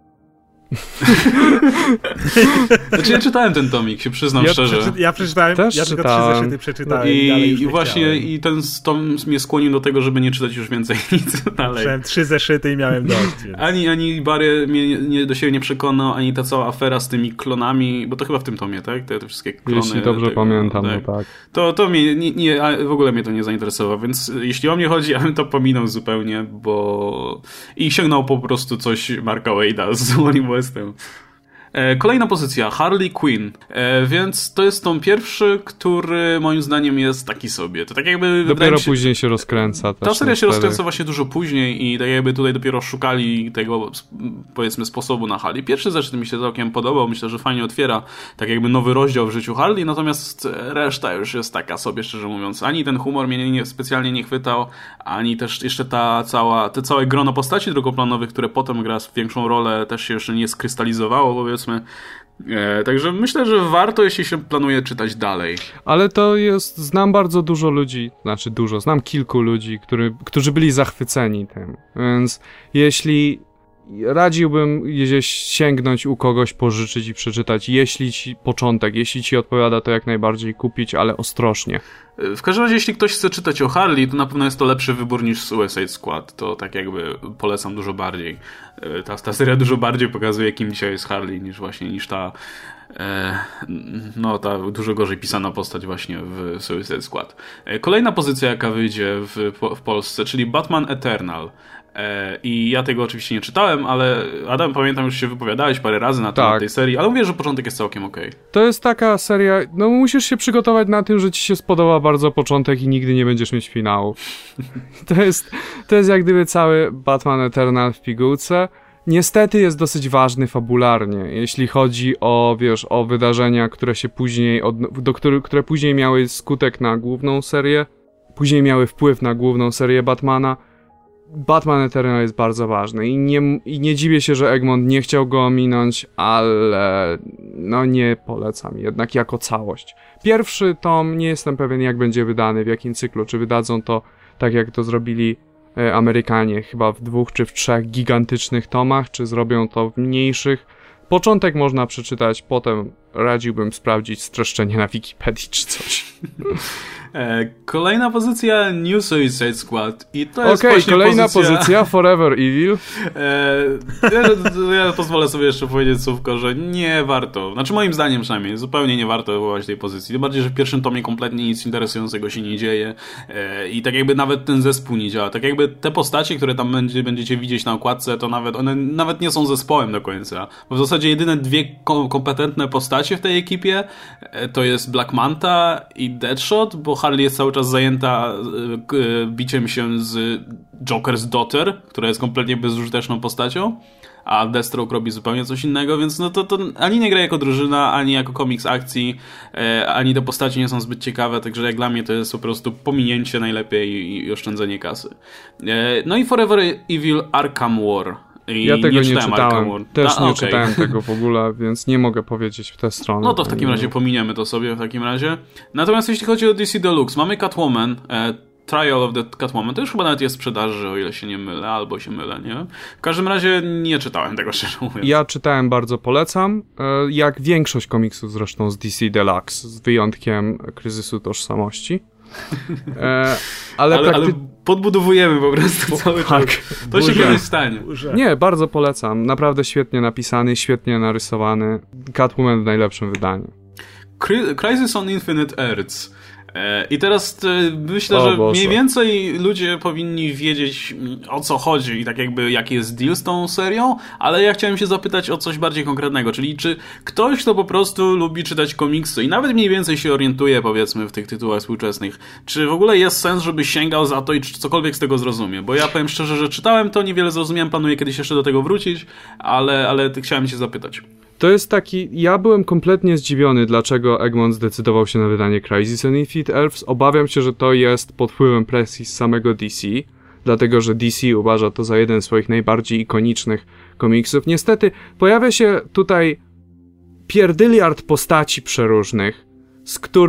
Znaczy ja czytałem ten tomik, się przyznam szczerze. Ja przeczytałem, też ja tylko czytałem. 3 zeszyty przeczytałem I właśnie i ten tom mnie skłonił do tego, żeby nie czytać już więcej nic dalej. Przeczytałem 3 zeszyty i miałem dość. Więc. Ani Barry mnie do siebie nie przekonał, ani ta cała afera z tymi klonami, bo to chyba w tym tomie, tak? Te wszystkie klony. Jeśli dobrze pamiętam, tak. no tak. To mnie w ogóle mnie to nie zainteresowało, więc jeśli o mnie chodzi, ja bym to pominął zupełnie, bo i sięgnął po prostu coś Marka Wade'a z Wally Westem. Kolejna pozycja, Harley Quinn, więc to jest tom pierwszy, który moim zdaniem jest taki sobie. To tak jakby dopiero później się rozkręca. Ta seria się rozkręca właśnie dużo później i tak jakby tutaj dopiero szukali tego, powiedzmy, sposobu na Harley. Pierwszy zeszyt mi się całkiem podobał, myślę, że fajnie otwiera tak jakby nowy rozdział w życiu Harley, natomiast reszta już jest taka sobie, szczerze mówiąc. Ani ten humor mnie specjalnie nie chwytał, ani też jeszcze te całe grono postaci drugoplanowych, które potem gra większą rolę, też się jeszcze nie skrystalizowało, powiedzmy. Także myślę, że warto, jeśli się planuje czytać dalej. Ale to jest, znam bardzo dużo ludzi, znam kilku ludzi, którzy byli zachwyceni tym, więc radziłbym gdzieś sięgnąć u kogoś, pożyczyć i przeczytać, jeśli ci odpowiada, to jak najbardziej kupić, ale ostrożnie. W każdym razie, jeśli ktoś chce czytać o Harley, to na pewno jest to lepszy wybór niż Suicide Squad. To tak jakby polecam dużo bardziej. Ta seria dużo bardziej pokazuje, kim dzisiaj jest Harley, niż ta dużo gorzej pisana postać właśnie w Suicide Squad. Kolejna pozycja, jaka wyjdzie w Polsce, czyli Batman Eternal. I ja tego oczywiście nie czytałem, ale Adam, pamiętam, już się wypowiadałeś parę razy na temat tej serii, ale mówię, że początek jest całkiem okej. To jest taka seria, no musisz się przygotować na tym, że ci się spodoba bardzo początek i nigdy nie będziesz mieć finału. To jest jak gdyby cały Batman Eternal w pigułce. Niestety jest dosyć ważny fabularnie, jeśli chodzi o wydarzenia, które się później, które później miały skutek na główną serię, później miały wpływ na główną serię Batmana. Batman Eternal jest bardzo ważny i nie dziwię się, że Egmont nie chciał go ominąć, ale nie polecam jednak jako całość. Pierwszy tom nie jestem pewien, jak będzie wydany, w jakim cyklu, czy wydadzą to tak jak to zrobili Amerykanie, chyba w 2 czy w 3 gigantycznych tomach, czy zrobią to w mniejszych. Początek można przeczytać, potem radziłbym sprawdzić streszczenie na Wikipedii czy coś. Kolejna pozycja New Suicide Squad i to jest właśnie kolejna pozycja Forever Evil. Ja pozwolę sobie jeszcze powiedzieć słówko, że nie warto, znaczy moim zdaniem przynajmniej, zupełnie nie warto wywołać tej pozycji. Tym bardziej, że w pierwszym tomie kompletnie nic interesującego się nie dzieje i tak jakby nawet ten zespół nie działa. Tak jakby te postacie, które tam będziecie widzieć na okładce, to one nawet nie są zespołem do końca. Bo w zasadzie jedyne 2 kompetentne postacie w tej ekipie to jest Black Manta i Deadshot, bo Harley jest cały czas zajęta biciem się z Joker's Daughter, która jest kompletnie bezużyteczną postacią, a Deathstroke robi zupełnie coś innego, więc to ani nie gra jako drużyna, ani jako komiks akcji, ani te postacie nie są zbyt ciekawe, także jak dla mnie to jest po prostu pominięcie najlepiej i oszczędzenie kasy. No i Forever Evil Arkham War. Ja tego nie czytałem. Też nie czytałem tego w ogóle, więc nie mogę powiedzieć w tę stronę. No to w takim razie pominiemy to sobie w takim razie. Natomiast jeśli chodzi o DC Deluxe, mamy Catwoman, Trial of the Catwoman, to już chyba nawet jest w sprzedaży, o ile się nie mylę, albo się mylę, nie? W każdym razie nie czytałem tego, szczerze mówiąc. Ja czytałem, bardzo polecam, jak większość komiksów zresztą z DC Deluxe, z wyjątkiem Kryzysu Tożsamości. Ale podbudowujemy po prostu cały czas. To się kiedyś stanie. Nie, bardzo polecam. Naprawdę świetnie napisany, świetnie narysowany. Catwoman w najlepszym wydaniu. Crisis on Infinite Earths. I teraz myślę, że mniej więcej ludzie powinni wiedzieć, o co chodzi i tak jakby jaki jest deal z tą serią, ale ja chciałem się zapytać o coś bardziej konkretnego, czyli czy ktoś, kto po prostu lubi czytać komiksy i nawet mniej więcej się orientuje, powiedzmy, w tych tytułach współczesnych, czy w ogóle jest sens, żeby sięgał za to i czy cokolwiek z tego zrozumie? Bo ja powiem szczerze, że czytałem to, niewiele zrozumiałem, planuję kiedyś jeszcze do tego wrócić, ale chciałem się zapytać. To jest ja byłem kompletnie zdziwiony, dlaczego Egmont zdecydował się na wydanie Crisis on Infinite Earths. Obawiam się, że to jest pod wpływem presji z samego DC, dlatego że DC uważa to za jeden z swoich najbardziej ikonicznych komiksów. Niestety pojawia się tutaj pierdyliard postaci przeróżnych, z których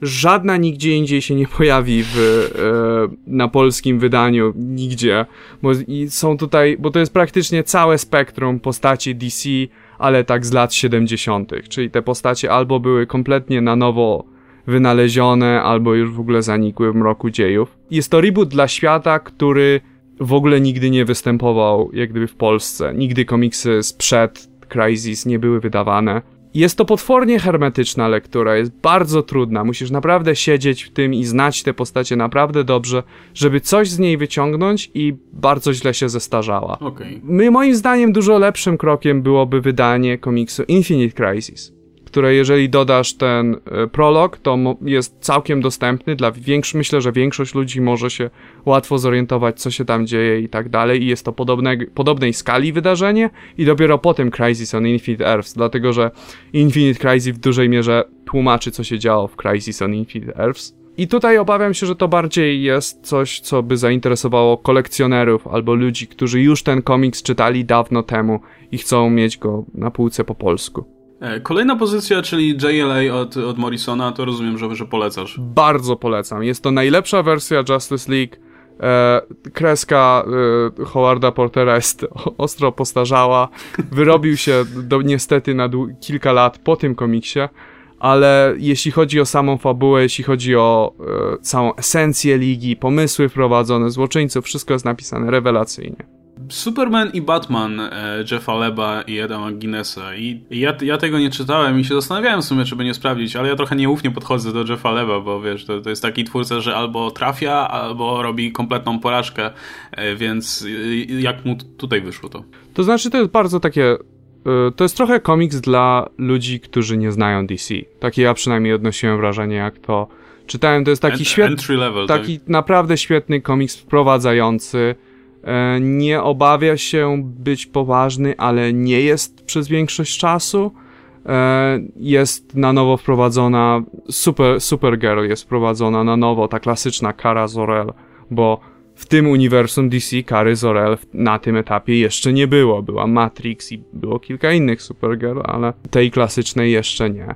żadna nigdzie indziej się nie pojawi na polskim wydaniu, nigdzie, bo to jest praktycznie całe spektrum postaci DC, ale tak z lat 70., czyli te postacie albo były kompletnie na nowo wynalezione, albo już w ogóle zanikły w mroku dziejów. Jest to reboot dla świata, który w ogóle nigdy nie występował jak gdyby w Polsce. Nigdy komiksy sprzed Crisis nie były wydawane. Jest to potwornie hermetyczna lektura, jest bardzo trudna. Musisz naprawdę siedzieć w tym i znać te postacie naprawdę dobrze, żeby coś z niej wyciągnąć i bardzo źle się zestarzała. Okay. Moim zdaniem dużo lepszym krokiem byłoby wydanie komiksu Infinite Crisis, które jeżeli dodasz ten prolog, to jest całkiem dostępny myślę, że większość ludzi może się łatwo zorientować, co się tam dzieje i tak dalej, i jest to podobnej skali wydarzenie i dopiero potem Crisis on Infinite Earths, dlatego że Infinite Crisis w dużej mierze tłumaczy, co się działo w Crisis on Infinite Earths. I tutaj obawiam się, że to bardziej jest coś, co by zainteresowało kolekcjonerów albo ludzi, którzy już ten komiks czytali dawno temu i chcą mieć go na półce po polsku. Kolejna pozycja, czyli JLA od Morrisona, to rozumiem, że polecasz. Bardzo polecam. Jest to najlepsza wersja Justice League. Kreska Howarda Portera jest ostro postarzała. Wyrobił się niestety na kilka lat po tym komiksie, ale jeśli chodzi o samą fabułę, jeśli chodzi o całą esencję ligi, pomysły wprowadzone, złoczyńców, wszystko jest napisane rewelacyjnie. Superman i Batman Jeffa Leba i Adama Guinnessa. I ja tego nie czytałem i się zastanawiałem w sumie, czy by nie sprawdzić, ale ja trochę nieufnie podchodzę do Jeffa Leba, bo wiesz, to jest taki twórca, że albo trafia, albo robi kompletną porażkę, więc jak mu tutaj wyszło to? To znaczy, to jest bardzo takie... To jest trochę komiks dla ludzi, którzy nie znają DC. Takie ja przynajmniej odnosiłem wrażenie, jak to czytałem. To jest taki entry level, taki naprawdę świetny komiks wprowadzający. Nie obawia się być poważny, ale nie jest przez większość czasu. Jest na nowo wprowadzona Supergirl jest wprowadzona na nowo, ta klasyczna Kara Zor-El, bo w tym uniwersum DC Kary Zor-El na tym etapie jeszcze nie było. Była Matrix i było kilka innych Supergirl, ale tej klasycznej jeszcze nie.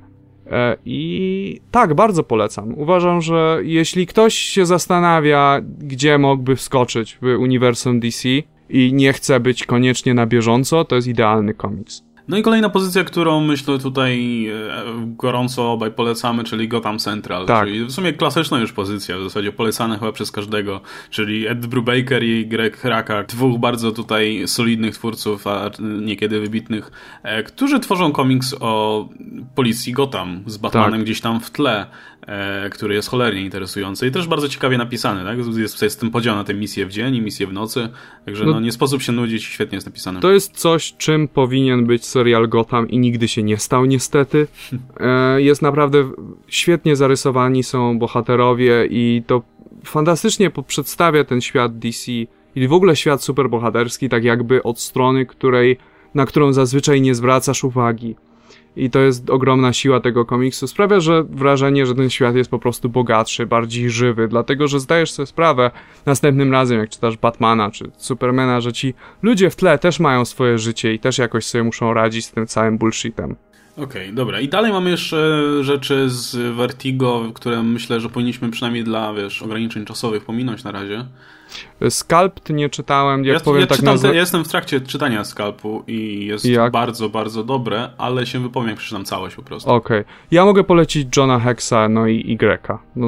I tak, bardzo polecam. Uważam, że jeśli ktoś się zastanawia, gdzie mógłby wskoczyć w uniwersum DC i nie chce być koniecznie na bieżąco, to jest idealny komiks. No i kolejna pozycja, którą myślę tutaj gorąco obaj polecamy, czyli Gotham Central. Tak. Czyli w sumie klasyczna już pozycja, w zasadzie polecana chyba przez każdego, czyli Ed Brubaker i Greg Rucka, dwóch bardzo tutaj solidnych twórców, a niekiedy wybitnych, którzy tworzą komiks o policji Gotham z Batmanem gdzieś tam w tle, który jest cholernie interesujący i też bardzo ciekawie napisany, tak? Jest z tym podział na te misje w dzień i misje w nocy, także nie sposób się nudzić, świetnie jest napisane. To jest coś, czym powinien być serial Gotham i nigdy się nie stał niestety. Jest naprawdę świetnie zarysowani są bohaterowie i to fantastycznie przedstawia ten świat DC i w ogóle świat superbohaterski, tak jakby od strony, na którą zazwyczaj nie zwracasz uwagi. I to jest ogromna siła tego komiksu. Sprawia, że wrażenie, że ten świat jest po prostu bogatszy, bardziej żywy, dlatego, że zdajesz sobie sprawę następnym razem, jak czytasz Batmana czy Supermana, że ci ludzie w tle też mają swoje życie i też jakoś sobie muszą radzić z tym całym bullshitem. Okej, dobra. I dalej mamy jeszcze rzeczy z Vertigo, które myślę, że powinniśmy przynajmniej dla, ograniczeń czasowych pominąć na razie. Sculpt nie czytałem, ja jestem w trakcie czytania Sculpu i jest bardzo, bardzo dobre, ale się wypowiem, jak przeczytam całość po prostu. Okej. Ja mogę polecić Johna Hexa, no i Greka. No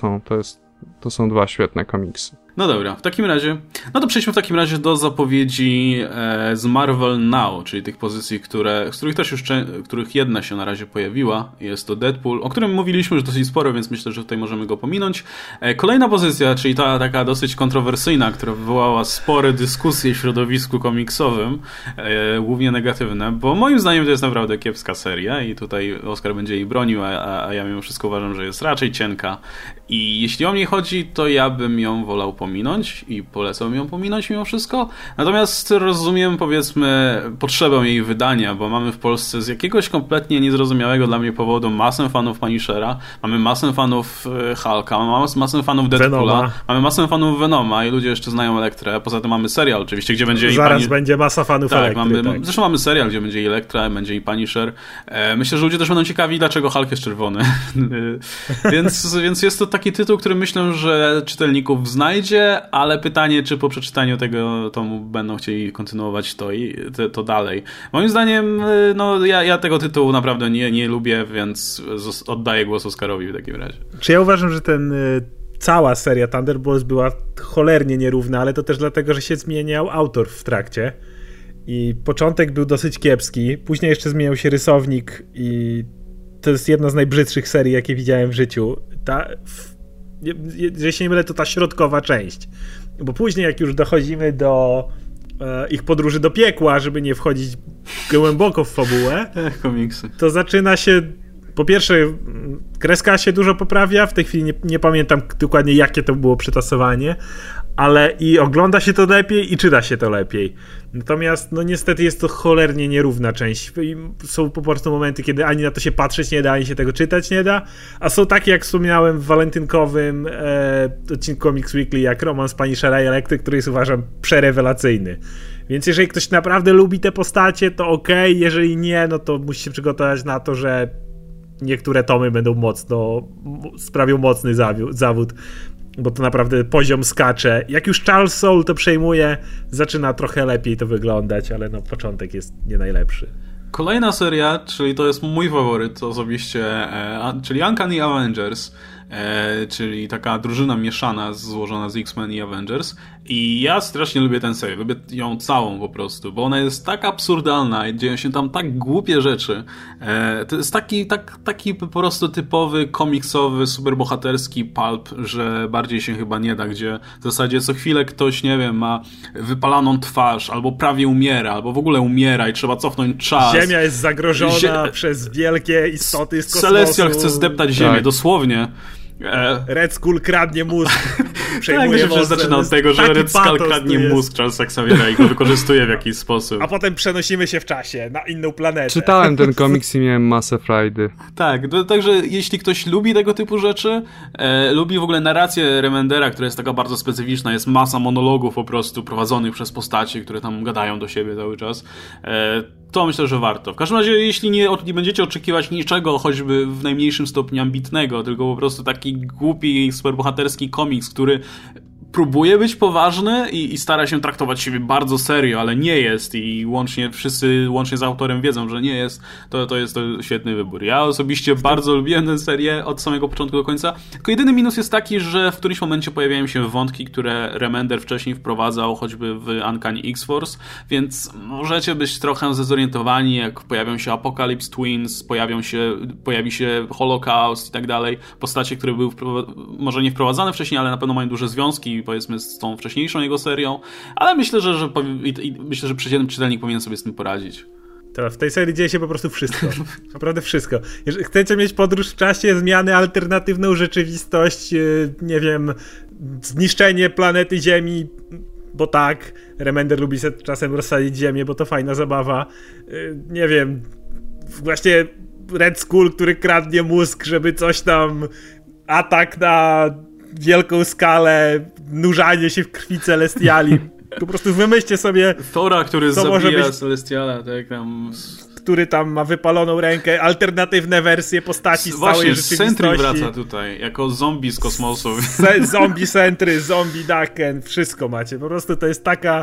to są dwa świetne komiksy. No dobra, w takim razie, no to przejdźmy w takim razie do zapowiedzi z Marvel Now, czyli tych pozycji, z których też już których jedna się na razie pojawiła. Jest to Deadpool, o którym mówiliśmy już dosyć sporo, więc myślę, że tutaj możemy go pominąć. Kolejna pozycja, czyli ta taka dosyć kontrowersyjna, która wywołała spore dyskusje w środowisku komiksowym, głównie negatywne, bo moim zdaniem to jest naprawdę kiepska seria i tutaj Oskar będzie jej bronił, a ja mimo wszystko uważam, że jest raczej cienka i jeśli o mnie chodzi, to ja bym ją wolał pominąć i polecam ją pominąć mimo wszystko. Natomiast rozumiem, powiedzmy, potrzebę jej wydania, bo mamy w Polsce z jakiegoś kompletnie niezrozumiałego dla mnie powodu masę fanów Punishera, mamy masę fanów Hulka, mamy masę fanów Deadpoola, mamy masę fanów Venoma i ludzie jeszcze znają Elektrę. Poza tym mamy serial oczywiście, gdzie będzie zaraz będzie masa fanów Elektry. Tak. Zresztą mamy serial, gdzie będzie i Elektra, będzie i Punisher. Myślę, że ludzie też będą ciekawi, dlaczego Hulk jest czerwony. więc jest to taki tytuł, który myślę, że czytelników znajdzie, ale pytanie, czy po przeczytaniu tego tomu będą chcieli kontynuować to dalej. Moim zdaniem, no ja tego tytułu naprawdę nie lubię, więc oddaję głos Oskarowi w takim razie. Czy ja uważam, że cała seria Thunderbolts była cholernie nierówna, ale to też dlatego, że się zmieniał autor w trakcie i początek był dosyć kiepski, później jeszcze zmieniał się rysownik i to jest jedna z najbrzydszych serii, jakie widziałem w życiu. Jeżeli się nie mylę, to ta środkowa część, bo później jak już dochodzimy do ich podróży do piekła, żeby nie wchodzić głęboko w fabułę, komiksy, to zaczyna się. Po pierwsze, kreska się dużo poprawia, w tej chwili nie pamiętam dokładnie, jakie to było przetasowanie, ale i ogląda się to lepiej i czyta się to lepiej. Natomiast no niestety jest to cholernie nierówna część. Są po prostu momenty, kiedy ani na to się patrzeć nie da, ani się tego czytać nie da, a są takie, jak wspominałem w walentynkowym odcinku Comics Weekly, jak romans Punishera i Elektry, który jest, uważam, przerewelacyjny. Więc jeżeli ktoś naprawdę lubi te postacie, to okej, jeżeli nie, no to musi się przygotować na to, że niektóre tomy sprawią mocny zawód, bo to naprawdę poziom skacze. Jak już Charles Soule to przejmuje, zaczyna trochę lepiej to wyglądać, ale no początek jest nie najlepszy. Kolejna seria, czyli to jest mój faworyt osobiście, czyli Uncanny Avengers, czyli taka drużyna mieszana złożona z X-Men i Avengers, i ja strasznie lubię tę serię, lubię ją całą po prostu, bo ona jest tak absurdalna i dzieją się tam tak głupie rzeczy. To jest taki po prostu typowy komiksowy, superbohaterski pulp, że bardziej się chyba nie da, gdzie w zasadzie co chwilę ktoś, nie wiem, ma wypalaną twarz, albo prawie umiera, albo w ogóle umiera i trzeba cofnąć czas. Ziemia jest zagrożona przez wielkie istoty z kosmosu. Celestial chce zdeptać Ziemię, dosłownie. Red Skull kradnie mózg. Przejmuje tak, zaczyna od tego, że Red Skull kradnie mózg Charlesa Xaviera i go wykorzystuje w jakiś sposób. A potem przenosimy się w czasie na inną planetę. Czytałem ten komiks i miałem masę frajdy. Tak, także jeśli ktoś lubi tego typu rzeczy, lubi w ogóle narrację Remendera, która jest taka bardzo specyficzna, jest masa monologów po prostu prowadzonych przez postacie, które tam gadają do siebie cały czas, to myślę, że warto. W każdym razie, jeśli nie będziecie oczekiwać niczego, choćby w najmniejszym stopniu ambitnego, tylko po prostu taki głupi, superbohaterski komiks, który próbuje być poważny i stara się traktować siebie bardzo serio, ale nie jest i wszyscy łącznie z autorem wiedzą, że nie jest, to jest to świetny wybór. Ja osobiście bardzo lubiłem tę serię od samego początku do końca, tylko jedyny minus jest taki, że w którymś momencie pojawiają się wątki, które Remender wcześniej wprowadzał, choćby w Uncanny X-Force, więc możecie być trochę zdezorientowani, jak pojawią się Apocalypse Twins, pojawi się Holocaust i tak dalej, postacie, które były może nie wprowadzane wcześniej, ale na pewno mają duże związki, powiedzmy, z tą wcześniejszą jego serią, ale myślę, że przeciętny czytelnik powinien sobie z tym poradzić. To w tej serii dzieje się po prostu wszystko. Naprawdę wszystko. Jeżeli chcecie mieć podróż w czasie, zmiany, alternatywną rzeczywistość, nie wiem, zniszczenie planety Ziemi, bo tak, Remender lubi sobie czasem rozsadzić Ziemię, bo to fajna zabawa. Nie wiem, właśnie Red Skull, który kradnie mózg, żeby coś tam, atak na wielką skalę, nurzanie się w krwi Celestiali. Po prostu wymyślcie sobie Thora, który zabija Celestiala, tak tam... który tam ma wypaloną rękę, alternatywne wersje postaci z całej rzeczywistości. Sentry wraca tutaj, jako zombie z kosmosu. Zombie Sentry, zombie Daken, wszystko macie. Po prostu to jest takie...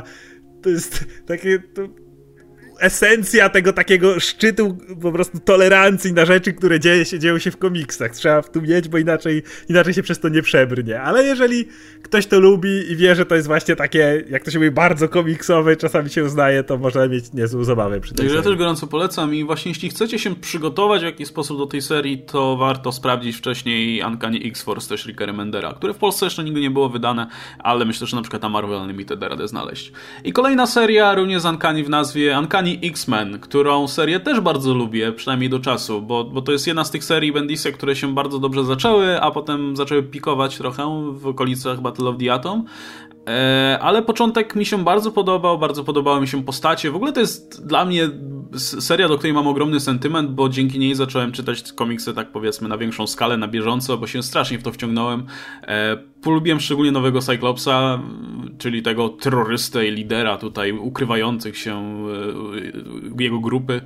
esencja tego takiego szczytu po prostu tolerancji na rzeczy, które dzieją się w komiksach. Trzeba w tu mieć, bo inaczej się przez to nie przebrnie. Ale jeżeli ktoś to lubi i wie, że to jest właśnie takie, jak to się mówi, bardzo komiksowe, czasami się uznaje, to można mieć niezłą zabawę przy tej serii. Ja też gorąco polecam i właśnie jeśli chcecie się przygotować w jakiś sposób do tej serii, to warto sprawdzić wcześniej Uncanny X-Force też Ricka Remendera, które w Polsce jeszcze nigdy nie było wydane, ale myślę, że na przykład na Marvel Unlimited da radę znaleźć. I kolejna seria, również z Uncanny w nazwie, Uncanny Uncanny X-Men, którą serię też bardzo lubię, przynajmniej do czasu, bo to jest jedna z tych serii Bendisa, które się bardzo dobrze zaczęły, a potem zaczęły pikować trochę w okolicach Battle of the Atom. Ale początek mi się bardzo podobały mi się postacie. W ogóle to jest dla mnie seria, do której mam ogromny sentyment, bo dzięki niej zacząłem czytać komiksy, tak powiedzmy, na większą skalę, na bieżąco, bo się strasznie w to wciągnąłem. Polubiłem szczególnie nowego Cyclopsa, czyli tego terrorystę i lidera tutaj ukrywających się jego grupy.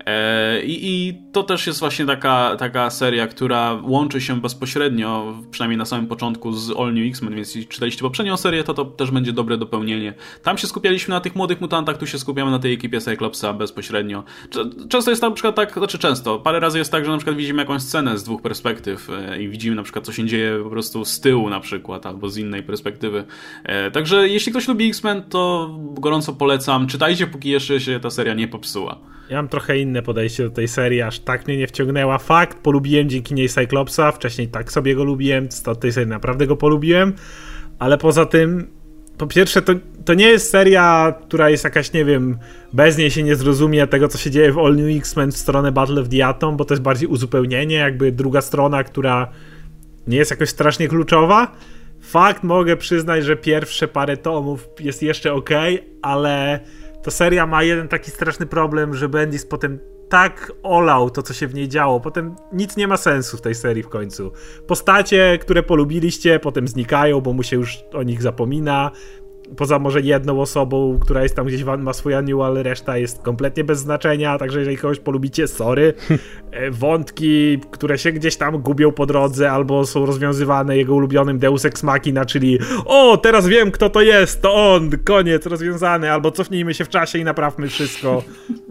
I to też jest właśnie taka seria, która łączy się bezpośrednio, przynajmniej na samym początku, z All New X-Men, więc jeśli czytaliście poprzednią serię, to też będzie dobre dopełnienie. Tam się skupialiśmy na tych młodych mutantach, tu się skupiamy na tej ekipie Cyclopsa bezpośrednio. Często jest na przykład tak, często, parę razy jest tak, że na przykład widzimy jakąś scenę z dwóch perspektyw i widzimy na przykład, co się dzieje po prostu z tyłu na przykład, albo z innej perspektywy. Także jeśli ktoś lubi X-Men, to gorąco polecam. Czytajcie, póki jeszcze się ta seria nie popsuła. Ja mam trochę inne podejście do tej serii, aż tak mnie nie wciągnęła. Fakt, polubiłem dzięki niej Cyclopsa, wcześniej tak sobie go lubiłem, od tej serii naprawdę go polubiłem, ale poza tym, po pierwsze, to nie jest seria, która jest jakaś, nie wiem, bez niej się nie zrozumie tego, co się dzieje w All New X-Men w stronę Battle of the Atom, bo to jest bardziej uzupełnienie, jakby druga strona, która nie jest jakoś strasznie kluczowa. Fakt, mogę przyznać, że pierwsze parę tomów jest jeszcze okej, ale ta seria ma jeden taki straszny problem, że Bendis potem tak olał to, co się w niej działo. Potem nic nie ma sensu w tej serii w końcu. Postacie, które polubiliście, potem znikają, bo mu się już o nich zapomina. Poza może jedną osobą, która jest tam gdzieś, ma swój annual, reszta jest kompletnie bez znaczenia, także jeżeli kogoś polubicie, sorry. Wątki, które się gdzieś tam gubią po drodze, albo są rozwiązywane jego ulubionym Deus Ex Machina, czyli o, teraz wiem, kto to jest, to on, koniec, rozwiązany, albo cofnijmy się w czasie i naprawmy wszystko.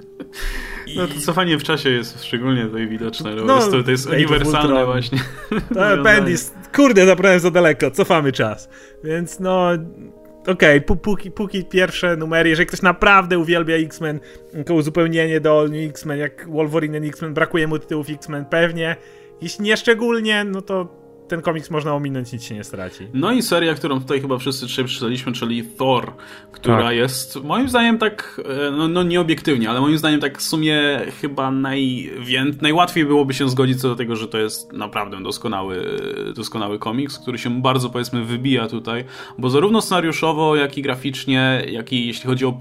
No to cofanie w czasie jest szczególnie tutaj widoczne, to jest uniwersalne właśnie. Bendis, kurde, zabrałem za daleko, cofamy czas. Więc no... Okej, póki pierwsze numery, jeżeli ktoś naprawdę uwielbia X-Men, jako uzupełnienie do All New X-Men, jak Wolverine and X-Men, brakuje mu tytułów X-Men, pewnie. Jeśli nie szczególnie, no to ten komiks można ominąć, nic się nie straci. No i seria, którą tutaj chyba wszyscy trzej przeczytaliśmy, czyli Thor, która jest moim zdaniem tak, no nieobiektywnie, ale moim zdaniem tak w sumie chyba najłatwiej byłoby się zgodzić co do tego, że to jest naprawdę doskonały komiks, który się bardzo, powiedzmy, wybija tutaj, bo zarówno scenariuszowo, jak i graficznie, jak i jeśli chodzi o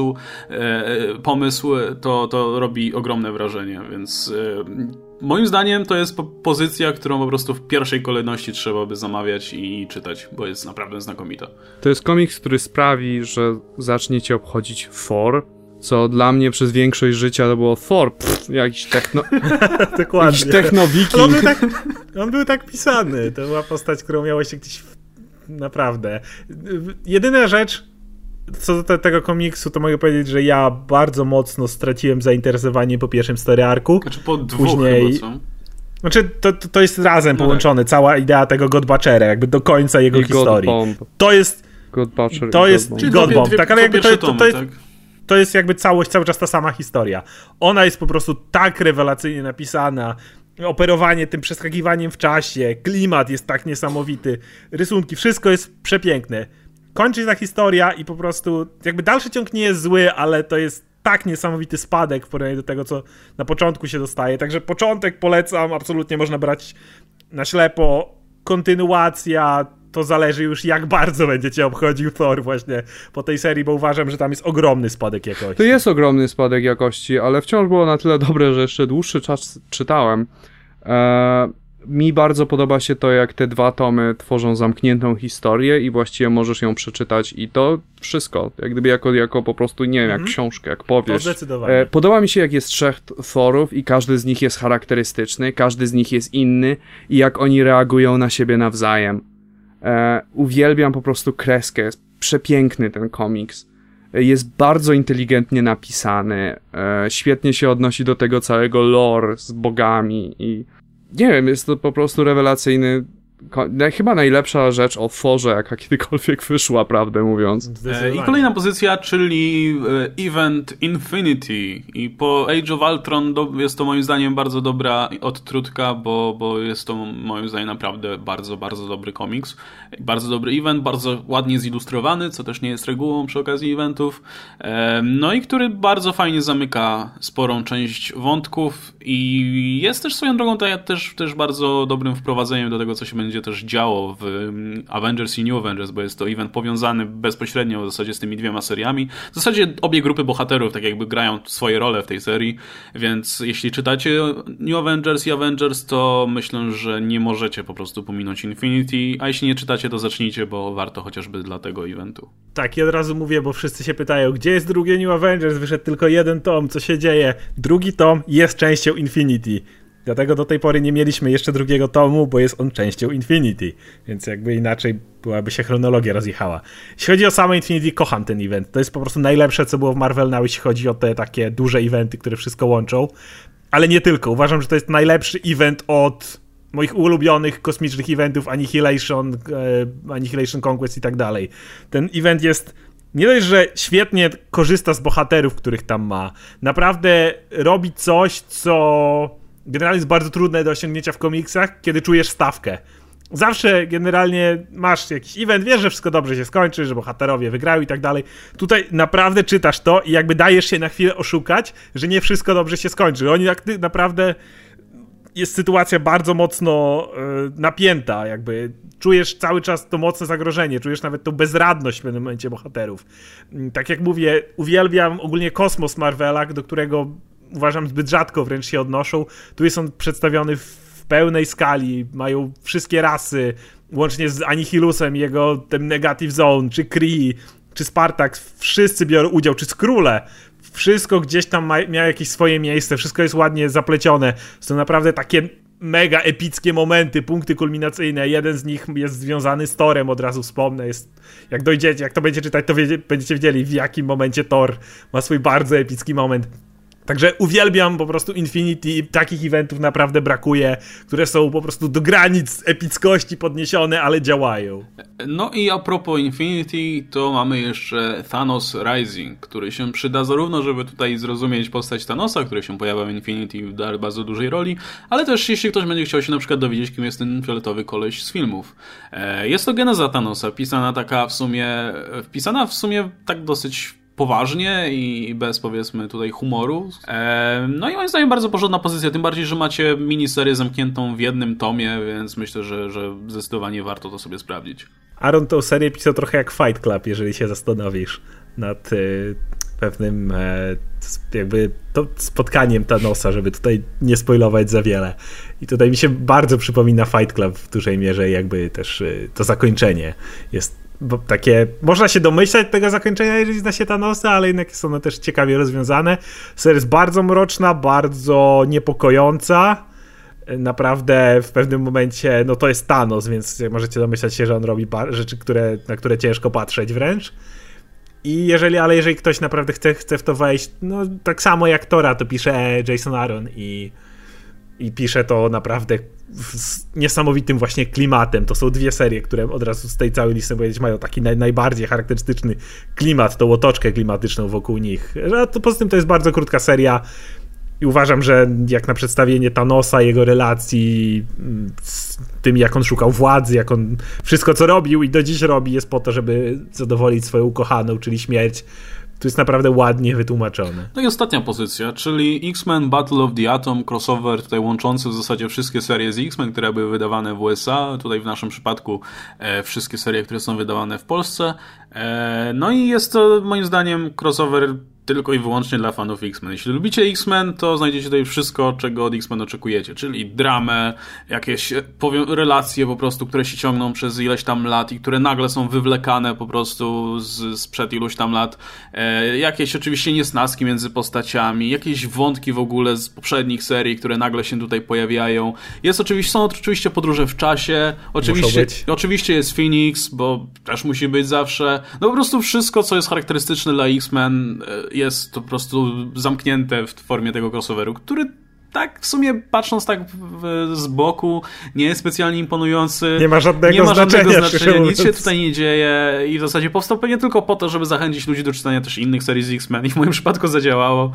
pomysł, to robi ogromne wrażenie, więc... Moim zdaniem to jest pozycja, którą po prostu w pierwszej kolejności trzeba by zamawiać i czytać, bo jest naprawdę znakomita. To jest komiks, który sprawi, że zaczniecie obchodzić Thor, co dla mnie przez większość życia to było Thor, jakiś techno-wiking. On był tak pisany, to była postać, którą miało się gdzieś naprawdę. Jedyna rzecz, co do tego komiksu, to mogę powiedzieć, że ja bardzo mocno straciłem zainteresowanie po pierwszym story arku. Znaczy po dwóch chyba, co? Znaczy to jest razem połączone, tak. Cała idea tego God Butchera, jakby do końca jego historii. To jest God Butcher to jest God Bomb, tak, ale jakby to jest jakby cały czas ta sama historia. Ona jest po prostu tak rewelacyjnie napisana, operowanie tym przeskakiwaniem w czasie, klimat jest tak niesamowity, rysunki, wszystko jest przepiękne. Kończy się ta historia i po prostu jakby dalszy ciąg nie jest zły, ale to jest tak niesamowity spadek w porównaniu do tego, co na początku się dostaje. Także początek polecam, absolutnie można brać na ślepo. Kontynuacja to zależy już, jak bardzo będziecie obchodził Thor właśnie po tej serii, bo uważam, że tam jest ogromny spadek jakości. To jest ogromny spadek jakości, ale wciąż było na tyle dobre, że jeszcze dłuższy czas czytałem. Mi bardzo podoba się to, jak te dwa tomy tworzą zamkniętą historię i właściwie możesz ją przeczytać i to wszystko, jak gdyby jako po prostu, nie wiem, jak książkę, jak powieść. To zdecydowanie. Podoba mi się, jak jest 3 Thorów i każdy z nich jest charakterystyczny, każdy z nich jest inny i jak oni reagują na siebie nawzajem. Uwielbiam po prostu kreskę, jest przepiękny ten komiks. Jest bardzo inteligentnie napisany, świetnie się odnosi do tego całego lore z bogami i nie wiem, jest to po prostu rewelacyjny chyba najlepsza rzecz o Thorze, jaka kiedykolwiek wyszła, prawdę mówiąc. I kolejna pozycja, czyli Event Infinity. I po Age of Ultron jest to moim zdaniem bardzo dobra odtrutka, bo jest to moim zdaniem naprawdę bardzo, bardzo dobry komiks. Bardzo dobry event, bardzo ładnie zilustrowany, co też nie jest regułą przy okazji eventów. No i który bardzo fajnie zamyka sporą część wątków i jest też swoją drogą też bardzo dobrym wprowadzeniem do tego, co się będzie też działo w Avengers i New Avengers, bo jest to event powiązany bezpośrednio w zasadzie z tymi dwiema seriami. W zasadzie obie grupy bohaterów tak jakby grają swoje role w tej serii, więc jeśli czytacie New Avengers i Avengers, to myślę, że nie możecie po prostu pominąć Infinity, a jeśli nie czytacie, to zacznijcie, bo warto chociażby dla tego eventu. Tak, i od razu mówię, bo wszyscy się pytają, gdzie jest drugie New Avengers? Wyszedł tylko jeden tom, co się dzieje? Drugi tom jest częścią Infinity. Dlatego do tej pory nie mieliśmy jeszcze drugiego tomu, bo jest on częścią Infinity. Więc jakby inaczej byłaby się chronologia rozjechała. Jeśli chodzi o samo Infinity, kocham ten event. To jest po prostu najlepsze, co było w Marvel Now, jeśli chodzi o te takie duże eventy, które wszystko łączą. Ale nie tylko. Uważam, że to jest najlepszy event od moich ulubionych kosmicznych eventów Annihilation Conquest i tak dalej. Ten event jest nie dość, że świetnie korzysta z bohaterów, których tam ma. Naprawdę robi coś, co generalnie jest bardzo trudne do osiągnięcia w komiksach, kiedy czujesz stawkę. Zawsze generalnie masz jakiś event, wiesz, że wszystko dobrze się skończy, że bohaterowie wygrają i tak dalej. Tutaj naprawdę czytasz to i jakby dajesz się na chwilę oszukać, że nie wszystko dobrze się skończy. Oni naprawdę jest sytuacja bardzo mocno napięta, jakby czujesz cały czas to mocne zagrożenie, czujesz nawet tą bezradność w pewnym momencie bohaterów. Tak jak mówię, uwielbiam ogólnie kosmos Marvela, do którego uważam zbyt rzadko wręcz się odnoszą. Tu jest on przedstawiony w pełnej skali, mają wszystkie rasy, łącznie z Annihilusem, jego ten Negative Zone, czy Kree, czy Spartax, wszyscy biorą udział, czy Skrulle. Wszystko gdzieś tam miało jakieś swoje miejsce, wszystko jest ładnie zaplecione. Są naprawdę takie mega epickie momenty, punkty kulminacyjne. Jeden z nich jest związany z Thorem, od razu wspomnę. Jak to będziecie czytać, to będziecie wiedzieli, w jakim momencie Thor ma swój bardzo epicki moment. Także uwielbiam po prostu Infinity i takich eventów naprawdę brakuje, które są po prostu do granic epickości podniesione, ale działają. No i a propos Infinity, to mamy jeszcze Thanos Rising, który się przyda zarówno, żeby tutaj zrozumieć postać Thanosa, który się pojawia w Infinity w bardzo dużej roli, ale też jeśli ktoś będzie chciał się na przykład dowiedzieć, kim jest ten fioletowy koleś z filmów. Jest to geneza Thanosa, wpisana w sumie tak dosyć poważnie i bez, powiedzmy, tutaj humoru. No i moim zdaniem bardzo porządna pozycja, tym bardziej, że macie miniserię zamkniętą w jednym tomie, więc myślę, że zdecydowanie warto to sobie sprawdzić. Aaron tą serię pisał trochę jak Fight Club, jeżeli się zastanowisz nad pewnym jakby spotkaniem Thanosa, żeby tutaj nie spoilować za wiele. I tutaj mi się bardzo przypomina Fight Club w dużej mierze, jakby też to zakończenie jest. Bo takie, można się domyślać tego zakończenia, jeżeli zna się Thanosa, ale jednak jest ono też ciekawie rozwiązane. Seria jest bardzo mroczna, bardzo niepokojąca. Naprawdę w pewnym momencie, no to jest Thanos, więc możecie domyślać się, że on robi rzeczy, na które ciężko patrzeć wręcz. I jeżeli ktoś naprawdę chce w to wejść, no tak samo jak Thora, to pisze Jason Aaron i pisze to naprawdę z niesamowitym właśnie klimatem. To są dwie serie, które od razu z tej całej listy powiedzieć mają taki najbardziej charakterystyczny klimat, tą otoczkę klimatyczną wokół nich. A to poza tym to jest bardzo krótka seria i uważam, że jak na przedstawienie Thanosa, jego relacji z tym, jak on szukał władzy, jak on wszystko co robił i do dziś robi, jest po to, żeby zadowolić swoją ukochaną, czyli śmierć. To jest naprawdę ładnie wytłumaczone. No i ostatnia pozycja, czyli X-Men Battle of the Atom, crossover tutaj łączący w zasadzie wszystkie serie z X-Men, które były wydawane w USA, tutaj w naszym przypadku wszystkie serie, które są wydawane w Polsce. No i jest to moim zdaniem crossover tylko i wyłącznie dla fanów X-Men. Jeśli lubicie X-Men, to znajdziecie tutaj wszystko, czego od X-Men oczekujecie, czyli dramę, jakieś relacje po prostu, które się ciągną przez ileś tam lat i które nagle są wywlekane po prostu sprzed iluś tam lat. Jakieś oczywiście niesnaski między postaciami, jakieś wątki w ogóle z poprzednich serii, które nagle się tutaj pojawiają. Są oczywiście podróże w czasie, oczywiście jest Phoenix, bo też musi być zawsze. No po prostu wszystko, co jest charakterystyczne dla X-Men, jest to po prostu zamknięte w formie tego crossoveru, który tak w sumie patrząc tak z boku nie jest specjalnie imponujący. Nie ma żadnego znaczenia, nic się tutaj nie dzieje i w zasadzie powstał pewnie tylko po to, żeby zachęcić ludzi do czytania też innych serii z X-Men i w moim przypadku zadziałało.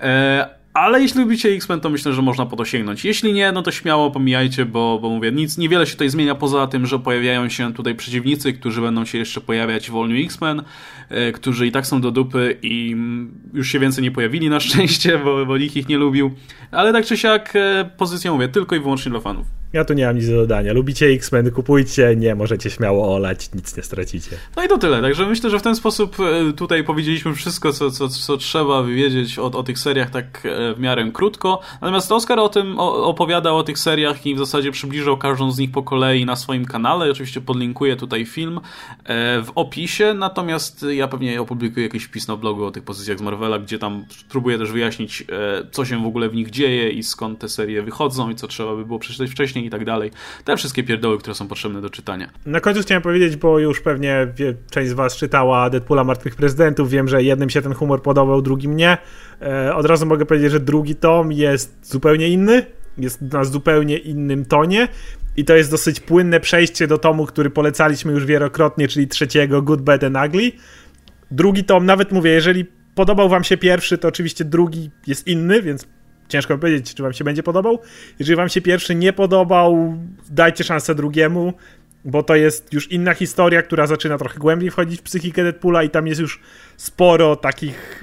Ale jeśli lubicie X-Men, to myślę, że można po to sięgnąć. Jeśli nie, no to śmiało pomijajcie, bo mówię, niewiele się tutaj zmienia poza tym, że pojawiają się tutaj przeciwnicy, którzy będą się jeszcze pojawiać w All New X-Men, którzy i tak są do dupy i już się więcej nie pojawili na szczęście, bo nikt ich nie lubił. Ale tak czy siak, pozycja mówię, tylko i wyłącznie dla fanów. Ja tu nie mam nic do dodania. Lubicie X-Men, kupujcie, nie, możecie śmiało olać, nic nie stracicie. No i to tyle, także myślę, że w ten sposób tutaj powiedzieliśmy wszystko, co trzeba wiedzieć o tych seriach tak w miarę krótko. Natomiast Oskar opowiadał o tych seriach i w zasadzie przybliżał każdą z nich po kolei na swoim kanale. Oczywiście podlinkuję tutaj film w opisie, natomiast ja pewnie opublikuję jakiś wpis na blogu o tych pozycjach z Marvela, gdzie tam spróbuję też wyjaśnić, co się w ogóle w nich dzieje i skąd te serie wychodzą i co trzeba by było przeczytać wcześniej i tak dalej. Te wszystkie pierdoły, które są potrzebne do czytania. Na końcu chciałem powiedzieć, bo już pewnie część z was czytała Deadpoola Martwych Prezydentów. Wiem, że jednym się ten humor podobał, drugim nie. Od razu mogę powiedzieć, że drugi tom jest zupełnie inny. Jest na zupełnie innym tonie. I to jest dosyć płynne przejście do tomu, który polecaliśmy już wielokrotnie, czyli trzeciego Good, Bad and Ugly. Drugi tom, nawet mówię, jeżeli podobał wam się pierwszy, to oczywiście drugi jest inny, więc ciężko powiedzieć, czy wam się będzie podobał. Jeżeli wam się pierwszy nie podobał, dajcie szansę drugiemu, bo to jest już inna historia, która zaczyna trochę głębiej wchodzić w psychikę Deadpoola i tam jest już sporo takich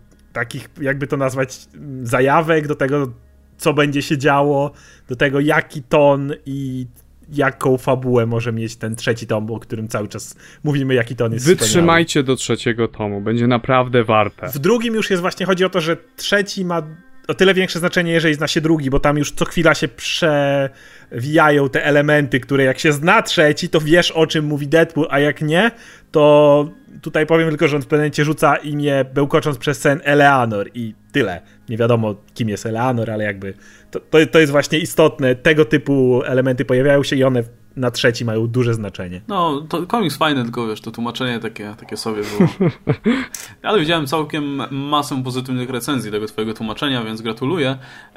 jakby to nazwać, zajawek do tego, co będzie się działo, do tego, jaki ton i jaką fabułę może mieć ten trzeci tom, o którym cały czas mówimy, jaki ton jest Wytrzymajcie wspaniały. Do trzeciego tomu, będzie naprawdę warte. W drugim już jest właśnie, chodzi o to, że trzeci ma o tyle większe znaczenie, jeżeli zna się drugi, bo tam już co chwila się przewijają te elementy, które jak się zna trzeci, to wiesz, o czym mówi Deadpool, a jak nie, to tutaj powiem tylko, że on w pewnym momencie rzuca imię, bełkocząc przez sen, Eleanor i tyle. Nie wiadomo, kim jest Eleanor, ale jakby to jest właśnie istotne. Tego typu elementy pojawiają się i one na trzeci mają duże znaczenie. No, to komiks fajny, tylko wiesz, to tłumaczenie takie sobie było. Ale widziałem całkiem masę pozytywnych recenzji tego twojego tłumaczenia, więc gratuluję.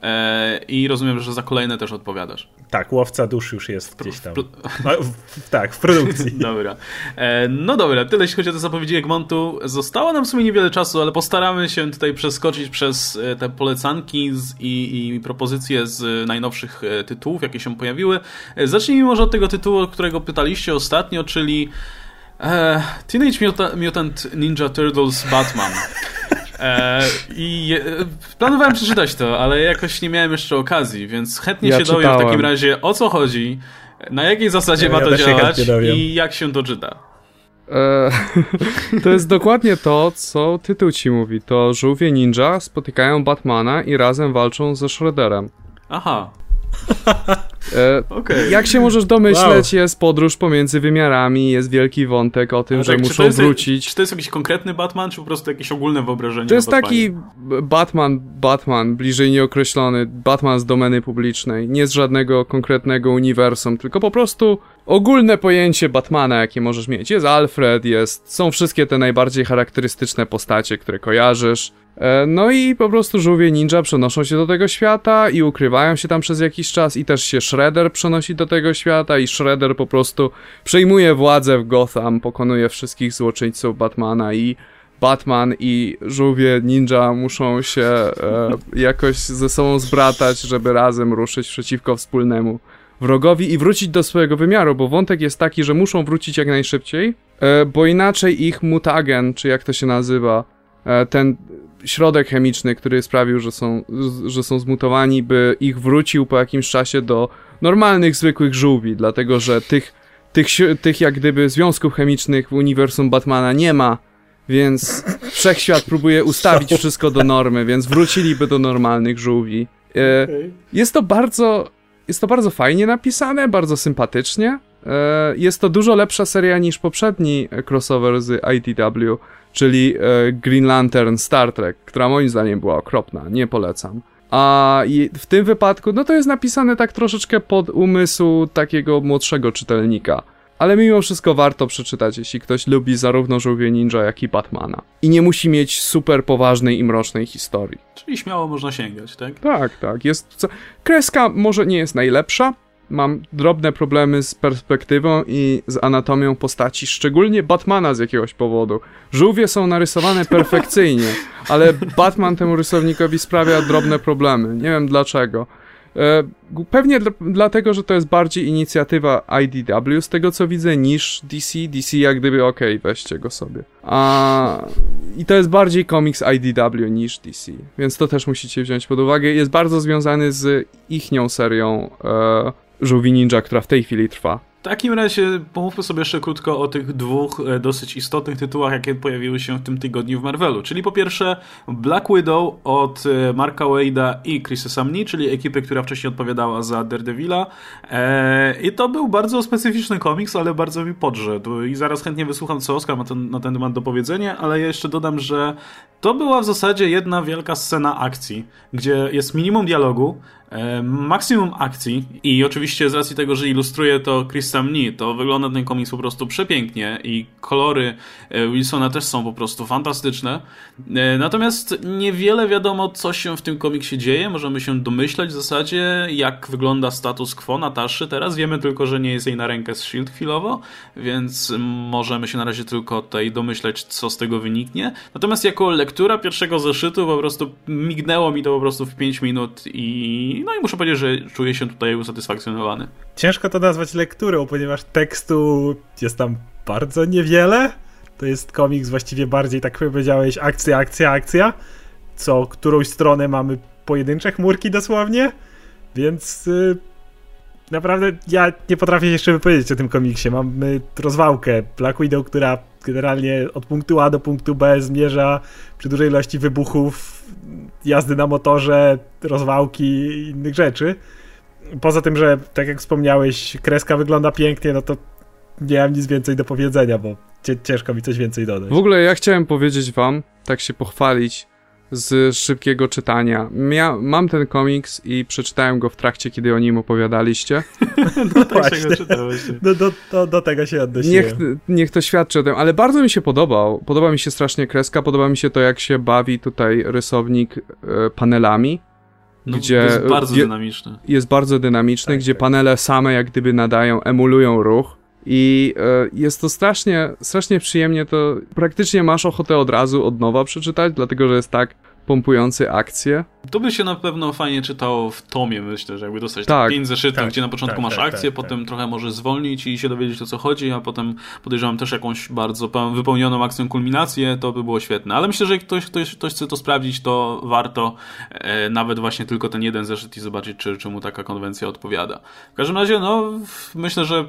I rozumiem, że za kolejne też odpowiadasz. Tak, Łowca Dusz już jest gdzieś tam. Tak, w produkcji. Dobra. No dobra, tyle jeśli chodzi o te zapowiedzi Egmontu. Zostało nam w sumie niewiele czasu, ale postaramy się tutaj przeskoczyć przez te polecanki i propozycje z najnowszych tytułów, jakie się pojawiły. Zacznijmy może od tego tytułu, o którego pytaliście ostatnio, czyli Teenage Mutant Ninja Turtles Batman. Planowałem przeczytać to, ale jakoś nie miałem jeszcze okazji, więc chętnie się dowiem w takim razie, o co chodzi, na jakiej zasadzie ma to działać i jak się to czyta. To jest dokładnie to, co tytuł ci mówi. To żółwie ninja spotykają Batmana i razem walczą ze Shredderem. Aha. Okay. Jak się możesz domyśleć, jest podróż pomiędzy wymiarami, jest wielki wątek o tym, że muszą wrócić. Czy to jest jakiś konkretny Batman, czy po prostu jakieś ogólne wyobrażenie? To jest taki Batman, bliżej nieokreślony, Batman z domeny publicznej, nie z żadnego konkretnego uniwersum, tylko po prostu ogólne pojęcie Batmana, jakie możesz mieć. Jest Alfred, są wszystkie te najbardziej charakterystyczne postacie, które kojarzysz. No i po prostu żółwie ninja przenoszą się do tego świata i ukrywają się tam przez jakiś czas i też się Shredder przenosi do tego świata i Shredder po prostu przejmuje władzę w Gotham, pokonuje wszystkich złoczyńców Batmana i Batman i żółwie ninja muszą się jakoś ze sobą zbratać, żeby razem ruszyć przeciwko wspólnemu wrogowi i wrócić do swojego wymiaru, bo wątek jest taki, że muszą wrócić jak najszybciej, bo inaczej ich mutagen, czy jak to się nazywa, ten środek chemiczny, który sprawił, że są zmutowani, by ich wrócił po jakimś czasie do normalnych, zwykłych żółwi, dlatego że tych jak gdyby związków chemicznych w uniwersum Batmana nie ma, więc wszechświat próbuje ustawić wszystko do normy, więc wróciliby do normalnych żółwi. Jest to bardzo fajnie napisane, bardzo sympatycznie. Jest to dużo lepsza seria niż poprzedni crossover z IDW, czyli Green Lantern Star Trek, która moim zdaniem była okropna, nie polecam. A w tym wypadku, no to jest napisane tak troszeczkę pod umysł takiego młodszego czytelnika. ale mimo wszystko warto przeczytać, jeśli ktoś lubi zarówno Żółwie Ninja, jak i Batmana. I nie musi mieć super poważnej i mrocznej historii. Czyli śmiało można sięgać, tak? Tak. Kreska może nie jest najlepsza, mam drobne problemy z perspektywą i z anatomią postaci, szczególnie Batmana z jakiegoś powodu. Żółwie są narysowane perfekcyjnie, ale Batman temu rysownikowi sprawia drobne problemy. Nie wiem dlaczego. Pewnie dlatego, że to jest bardziej inicjatywa IDW, z tego co widzę, niż DC. DC jak gdyby weźcie go sobie. I to jest bardziej komiks IDW niż DC, więc to też musicie wziąć pod uwagę. Jest bardzo związany z ichnią serią Żółwi Ninja, która w tej chwili trwa. W takim razie pomówmy sobie jeszcze krótko o tych dwóch dosyć istotnych tytułach, jakie pojawiły się w tym tygodniu w Marvelu. Czyli po pierwsze Black Widow od Marka Wade'a i Chrisa Samney, czyli ekipy, która wcześniej odpowiadała za Daredevila. I to był bardzo specyficzny komiks, ale bardzo mi podszedł. I zaraz chętnie wysłucham, co Oskar ma na ten temat do powiedzenia, ale ja jeszcze dodam, że to była w zasadzie jedna wielka scena akcji, gdzie jest minimum dialogu, maksimum akcji i oczywiście z racji tego, że ilustruje to Chris Samney, to wygląda ten komiks po prostu przepięknie i kolory Wilsona też są po prostu fantastyczne. Natomiast niewiele wiadomo, co się w tym komiksie dzieje. Możemy się domyślać w zasadzie, jak wygląda status quo Nataszy teraz. Wiemy tylko, że nie jest jej na rękę z S.H.I.E.L.D. chwilowo, więc możemy się na razie tylko tutaj domyślać, co z tego wyniknie. Natomiast jako lektura pierwszego zeszytu po prostu mignęło mi to po prostu w 5 minut i muszę powiedzieć, że czuję się tutaj usatysfakcjonowany. Ciężko to nazwać lekturą, ponieważ tekstu jest tam bardzo niewiele. To jest komiks właściwie bardziej, tak jak powiedziałeś, akcja. Co którąś stronę mamy pojedyncze chmurki dosłownie, więc naprawdę ja nie potrafię jeszcze wypowiedzieć o tym komiksie. Mamy rozwałkę Black Widow, która generalnie od punktu A do punktu B zmierza przy dużej ilości wybuchów, jazdy na motorze, rozwałki i innych rzeczy. Poza tym, że tak jak wspomniałeś, kreska wygląda pięknie, no to nie mam nic więcej do powiedzenia, bo ciężko mi coś więcej dodać. W ogóle ja chciałem powiedzieć wam, tak się pochwalić z szybkiego czytania. Mam ten komiks i przeczytałem go w trakcie, kiedy o nim opowiadaliście. No właśnie. Do tego się odnosiłem. Niech to świadczy o tym, ale bardzo mi się podobał. Podoba mi się strasznie kreska, podoba mi się to, jak się bawi tutaj rysownik panelami. Gdzie jest bardzo dynamiczny. Jest bardzo dynamiczny, tak, gdzie tak. panele same jak gdyby emulują ruch. I jest to strasznie przyjemnie, to praktycznie masz ochotę od razu od nowa przeczytać, dlatego że jest tak pompujący akcję. To by się na pewno fajnie czytało w tomie, myślę, że jakby dostać tak, 5 zeszytów, gdzie na początku masz akcję, potem trochę możesz zwolnić i się dowiedzieć, o co chodzi, a potem podejrzewam też jakąś bardzo wypełnioną akcją kulminację, to by było świetne. Ale myślę, że jak ktoś chce to sprawdzić, to warto nawet właśnie tylko ten jeden zeszyt i zobaczyć, czy mu taka konwencja odpowiada. W każdym razie, myślę, że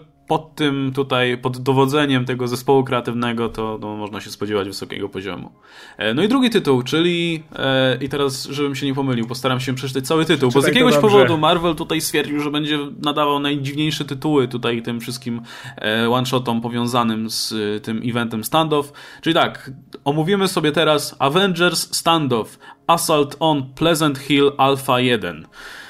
pod dowodzeniem tego zespołu kreatywnego to można się spodziewać wysokiego poziomu. No i drugi tytuł, czyli i teraz, żebym się nie pomylił, postaram się przeczytać cały tytuł, bo z jakiegoś powodu Marvel tutaj stwierdził, że będzie nadawał najdziwniejsze tytuły tutaj tym wszystkim one-shotom powiązanym z tym eventem Standoff. Czyli tak, omówimy sobie teraz Avengers Standoff Assault on Pleasant Hill Alpha 1.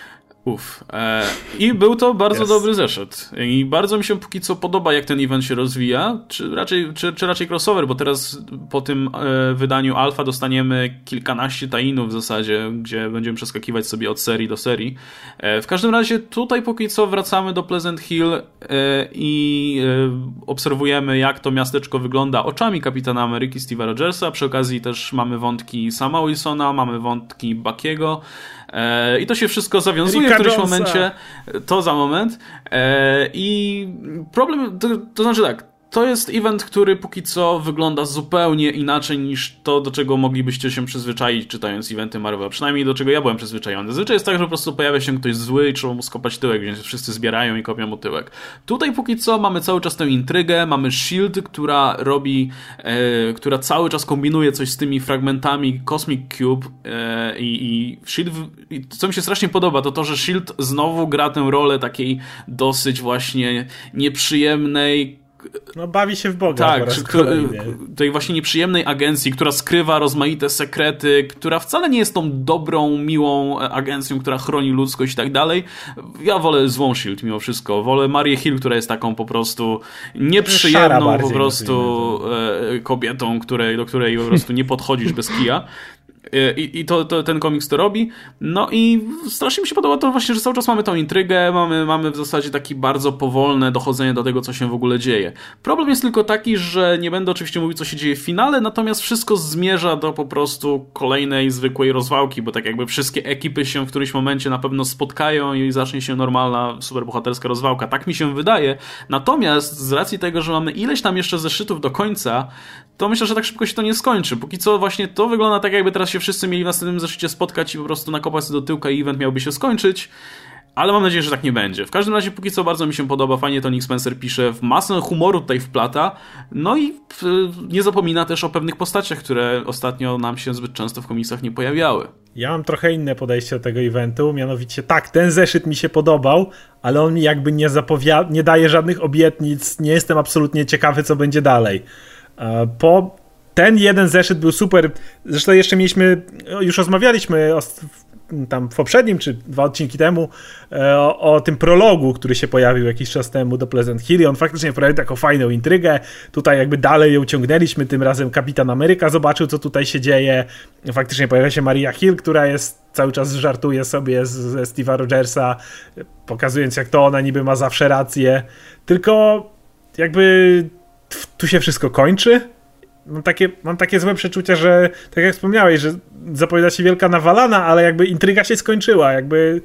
I był to bardzo dobry zeszyt. I bardzo mi się póki co podoba, jak ten event się rozwija, czy raczej crossover, bo teraz po tym wydaniu Alpha dostaniemy kilkanaście tie-inów w zasadzie, gdzie będziemy przeskakiwać sobie od serii do serii. W każdym razie tutaj póki co wracamy do Pleasant Hill i obserwujemy, jak to miasteczko wygląda oczami Kapitana Ameryki Steve'a Rogersa. Przy okazji też mamy wątki Sama Wilsona, mamy wątki Buckiego. I to się wszystko zawiązuje w którymś momencie. To za moment. I problem, to znaczy tak, to jest event, który póki co wygląda zupełnie inaczej niż to, do czego moglibyście się przyzwyczaić czytając eventy Marvela. Przynajmniej do czego ja byłem przyzwyczajony. Zazwyczaj jest tak, że po prostu pojawia się ktoś zły i trzeba mu skopać tyłek, więc wszyscy zbierają i kopią mu tyłek. Tutaj póki co mamy cały czas tę intrygę, mamy S.H.I.E.L.D., która cały czas kombinuje coś z tymi fragmentami Cosmic Cube i S.H.I.E.L.D. Co mi się strasznie podoba, to że S.H.I.E.L.D. znowu gra tę rolę takiej dosyć właśnie nieprzyjemnej, No bawi się w Boga. Tak, tej właśnie nieprzyjemnej agencji, która skrywa rozmaite sekrety, która wcale nie jest tą dobrą, miłą agencją, która chroni ludzkość i tak dalej. Ja wolę złą S.H.I.E.L.D. mimo wszystko. Wolę Marię Hill, która jest taką po prostu nieprzyjemną po prostu kobietą, do której po prostu nie podchodzisz bez kija. I ten komiks to robi. No i strasznie mi się podoba to właśnie, że cały czas mamy tą intrygę, mamy w zasadzie takie bardzo powolne dochodzenie do tego, co się w ogóle dzieje. Problem jest tylko taki, że nie będę oczywiście mówił, co się dzieje w finale, natomiast wszystko zmierza do po prostu kolejnej zwykłej rozwałki, bo tak jakby wszystkie ekipy się w którymś momencie na pewno spotkają i zacznie się normalna, superbohaterska rozwałka. Tak mi się wydaje. Natomiast z racji tego, że mamy ileś tam jeszcze zeszytów do końca, to myślę, że tak szybko się to nie skończy. Póki co właśnie to wygląda tak, jakby teraz się wszyscy mieli w następnym zeszycie spotkać i po prostu nakopać do tyłka i event miałby się skończyć. Ale mam nadzieję, że tak nie będzie. W każdym razie póki co bardzo mi się podoba. Fajnie to Nick Spencer pisze. W masę humoru tutaj wplata. No i nie zapomina też o pewnych postaciach, które ostatnio nam się zbyt często w komiksach nie pojawiały. Ja mam trochę inne podejście do tego eventu. Mianowicie tak, ten zeszyt mi się podobał, ale on mi jakby nie daje żadnych obietnic. Nie jestem absolutnie ciekawy, co będzie dalej. Ten jeden zeszyt był super. Zresztą jeszcze już rozmawialiśmy tam w poprzednim, czy 2 odcinki temu, o tym prologu, który się pojawił jakiś czas temu do Pleasant Hill i on faktycznie wprowadził taką fajną intrygę. Tutaj jakby dalej ją ciągnęliśmy, tym razem Kapitan Ameryka zobaczył, co tutaj się dzieje. Faktycznie pojawia się Maria Hill, która cały czas żartuje sobie ze Steve'a Rogersa, pokazując, jak to ona niby ma zawsze rację. Tylko jakby tu się wszystko kończy. Mam takie złe przeczucia, że tak jak wspomniałeś, że zapowiada się wielka nawalana, ale jakby intryga się skończyła, jakby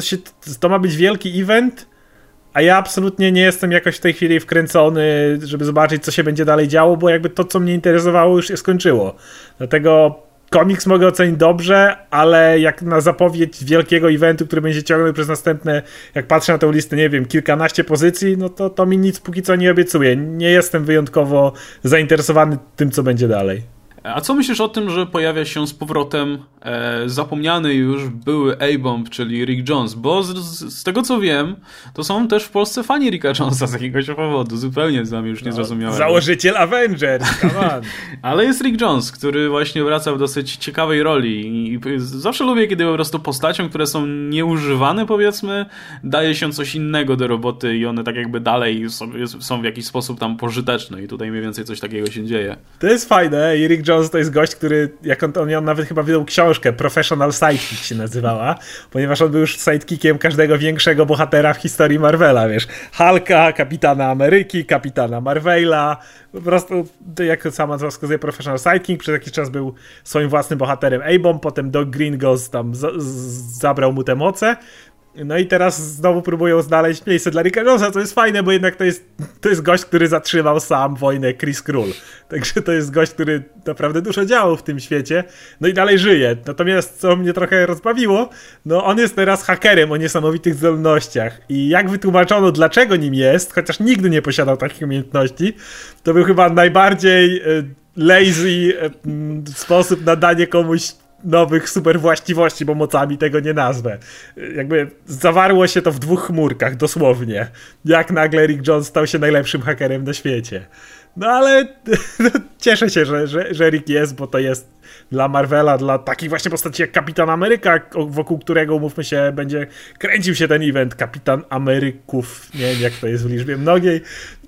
to ma być wielki event, a ja absolutnie nie jestem jakoś w tej chwili wkręcony, żeby zobaczyć, co się będzie dalej działo, bo jakby to, co mnie interesowało, już się skończyło. Dlatego komiks mogę ocenić dobrze, ale jak na zapowiedź wielkiego eventu, który będzie ciągnął przez następne, jak patrzę na tę listę, nie wiem, kilkanaście pozycji, no to mi nic póki co nie obiecuje. Nie jestem wyjątkowo zainteresowany tym, co będzie dalej. A co myślisz o tym, że pojawia się z powrotem zapomniany już były A-Bomb, czyli Rick Jones? Bo z tego co wiem, to są też w Polsce fani Ricka Jonesa z jakiegoś powodu. Zupełnie z nami już nie zrozumiałem. Założyciel Avengers, come on. Ale jest Rick Jones, który właśnie wraca w dosyć ciekawej roli i zawsze lubię, kiedy po prostu postaciom, które są nieużywane, powiedzmy, daje się coś innego do roboty i one tak jakby dalej są w jakiś sposób tam pożyteczne i tutaj mniej więcej coś takiego się dzieje. To jest fajne i Rick Jones to jest gość, który, jak on miał nawet chyba wydał książkę, Professional Sidekick się nazywała, ponieważ on był już sidekickiem każdego większego bohatera w historii Marvela, wiesz, Hulka, Kapitana Ameryki, Kapitana Marvela, po prostu, jak sama wskazuje, Professional Sidekick, przez jakiś czas był swoim własnym bohaterem A-Bomb, potem Doc Green go tam zabrał mu te moce. No i teraz znowu próbują znaleźć miejsce dla Ricka Jonesa, co jest fajne, bo jednak to jest gość, który zatrzymał sam wojnę Chris Krull. Także to jest gość, który naprawdę dużo działał w tym świecie, no i dalej żyje. Natomiast co mnie trochę rozbawiło, no on jest teraz hakerem o niesamowitych zdolnościach i jak wytłumaczono, dlaczego nim jest, chociaż nigdy nie posiadał takich umiejętności, to był chyba najbardziej lazy sposób na danie komuś nowych super właściwości, bo mocami tego nie nazwę. Jakby zawarło się to w 2 chmurkach, dosłownie. Jak nagle Rick Jones stał się najlepszym hakerem na świecie. No ale cieszę się, że Rick jest, bo to jest dla Marvela, dla takich właśnie postaci jak Kapitan Ameryka, wokół którego, umówmy się, będzie kręcił się ten event. Kapitan Ameryków, nie wiem jak to jest w liczbie mnogiej,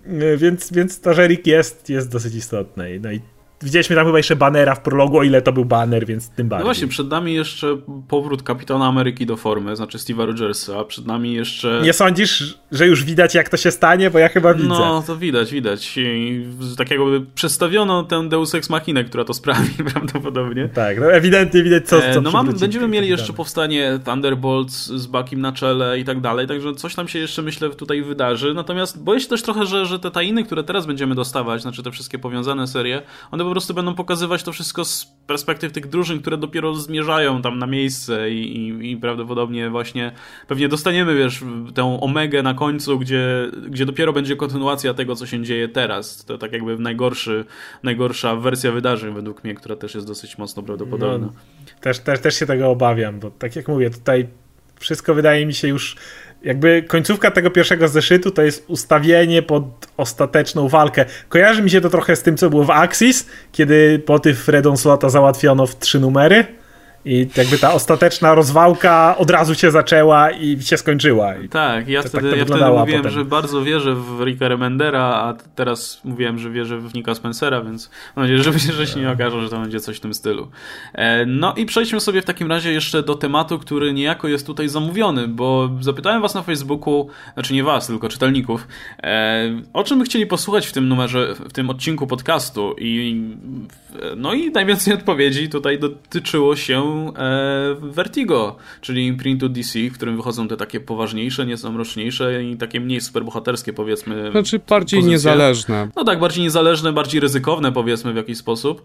więc to, że Rick jest dosyć istotne. No i widzieliśmy tam chyba jeszcze banera w prologu, o ile to był baner, więc tym bardziej. No właśnie, przed nami jeszcze powrót Kapitana Ameryki do formy, znaczy Steve'a Rogersa, przed nami jeszcze... Nie sądzisz, że już widać jak to się stanie? Bo ja chyba widzę. No, to widać. I tak jakby przedstawiono tę Deus Ex Machinę, która to sprawi prawdopodobnie. Tak, no ewidentnie widać co będziemy mieli jeszcze powstanie Thunderbolts z Buckiem na czele i tak dalej, także coś tam się jeszcze, myślę, tutaj wydarzy. Natomiast boję się też trochę, że te tajny, które teraz będziemy dostawać, znaczy te wszystkie powiązane serie, one po prostu będą pokazywać to wszystko z perspektyw tych drużyn, które dopiero zmierzają tam na miejsce i prawdopodobnie właśnie pewnie dostaniemy, wiesz, tę Omegę na końcu, gdzie dopiero będzie kontynuacja tego, co się dzieje teraz. To tak jakby najgorsza wersja wydarzeń według mnie, która też jest dosyć mocno prawdopodobna. No, też się tego obawiam, bo tak jak mówię, tutaj wszystko wydaje mi się już jakby końcówka tego pierwszego zeszytu to jest ustawienie pod ostateczną walkę. Kojarzy mi się to trochę z tym, co było w Axis, kiedy motyw Red Onslaughta załatwiono w 3 numery. I jakby ta ostateczna rozwałka od razu się zaczęła i się skończyła. I tak, ja wtedy mówiłem, potem, że bardzo wierzę w Ricka Remendera, a teraz mówiłem, że wierzę w Nicka Spencera, więc mam nadzieję, że się nie okaże, że to będzie coś w tym stylu. No i przejdźmy sobie w takim razie jeszcze do tematu, który niejako jest tutaj zamówiony, bo zapytałem was na Facebooku, znaczy nie was, tylko czytelników, o czym by chcieli posłuchać w tym numerze, w tym odcinku podcastu no i najwięcej odpowiedzi tutaj dotyczyło się Vertigo, czyli imprintu DC, w którym wychodzą te takie poważniejsze, nieco mroczniejsze i takie mniej superbohaterskie, powiedzmy. Znaczy bardziej pozycje. Niezależne. No tak, bardziej niezależne, bardziej ryzykowne, powiedzmy w jakiś sposób.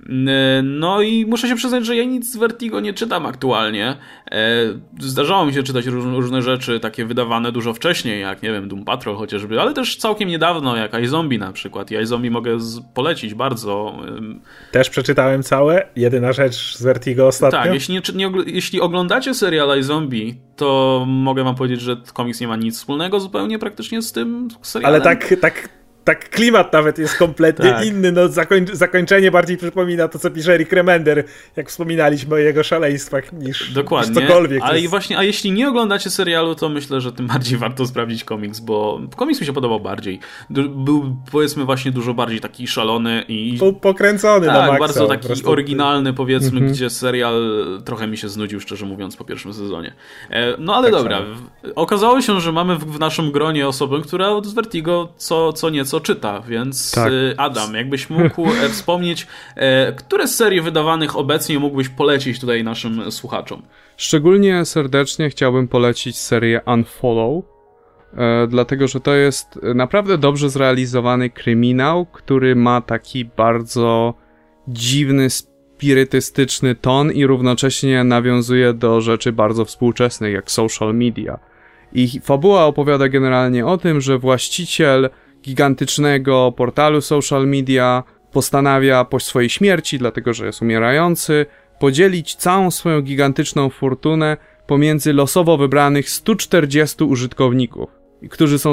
No i muszę się przyznać, że ja nic z Vertigo nie czytam aktualnie. Zdarzało mi się czytać różne rzeczy takie wydawane dużo wcześniej, jak nie wiem, Doom Patrol chociażby, ale też całkiem niedawno, jak iZombie na przykład. I iZombie mogę polecić bardzo. Też przeczytałem całe. Jedyna rzecz z Vertigo ostatnio. Tak, jeśli oglądacie serial iZombie, to mogę wam powiedzieć, że komiks nie ma nic wspólnego zupełnie praktycznie z tym serialem. Ale tak klimat nawet jest kompletnie inny. No, zakończenie bardziej przypomina to, co pisze Rick Remender, jak wspominaliśmy o jego szaleństwach, niż cokolwiek. Ale właśnie, a jeśli nie oglądacie serialu, to myślę, że tym bardziej warto sprawdzić komiks, bo komiks mi się podobał bardziej. Był, powiedzmy, właśnie dużo bardziej taki szalony i... Był pokręcony na maksa. Bardzo taki oryginalny, powiedzmy, gdzie serial trochę mi się znudził, szczerze mówiąc, po pierwszym sezonie. No ale tak dobra. Okazało się, że mamy w naszym gronie osobę, która z Vertigo co nieco czyta, więc tak. Adam, jakbyś mógł wspomnieć, które z serii wydawanych obecnie mógłbyś polecić tutaj naszym słuchaczom? Szczególnie serdecznie chciałbym polecić serię Unfollow, dlatego, że to jest naprawdę dobrze zrealizowany kryminał, który ma taki bardzo dziwny, spirytystyczny ton i równocześnie nawiązuje do rzeczy bardzo współczesnych, jak social media. I fabuła opowiada generalnie o tym, że właściciel gigantycznego portalu social media postanawia po swojej śmierci, dlatego że jest umierający, podzielić całą swoją gigantyczną fortunę pomiędzy losowo wybranych 140 użytkowników, którzy są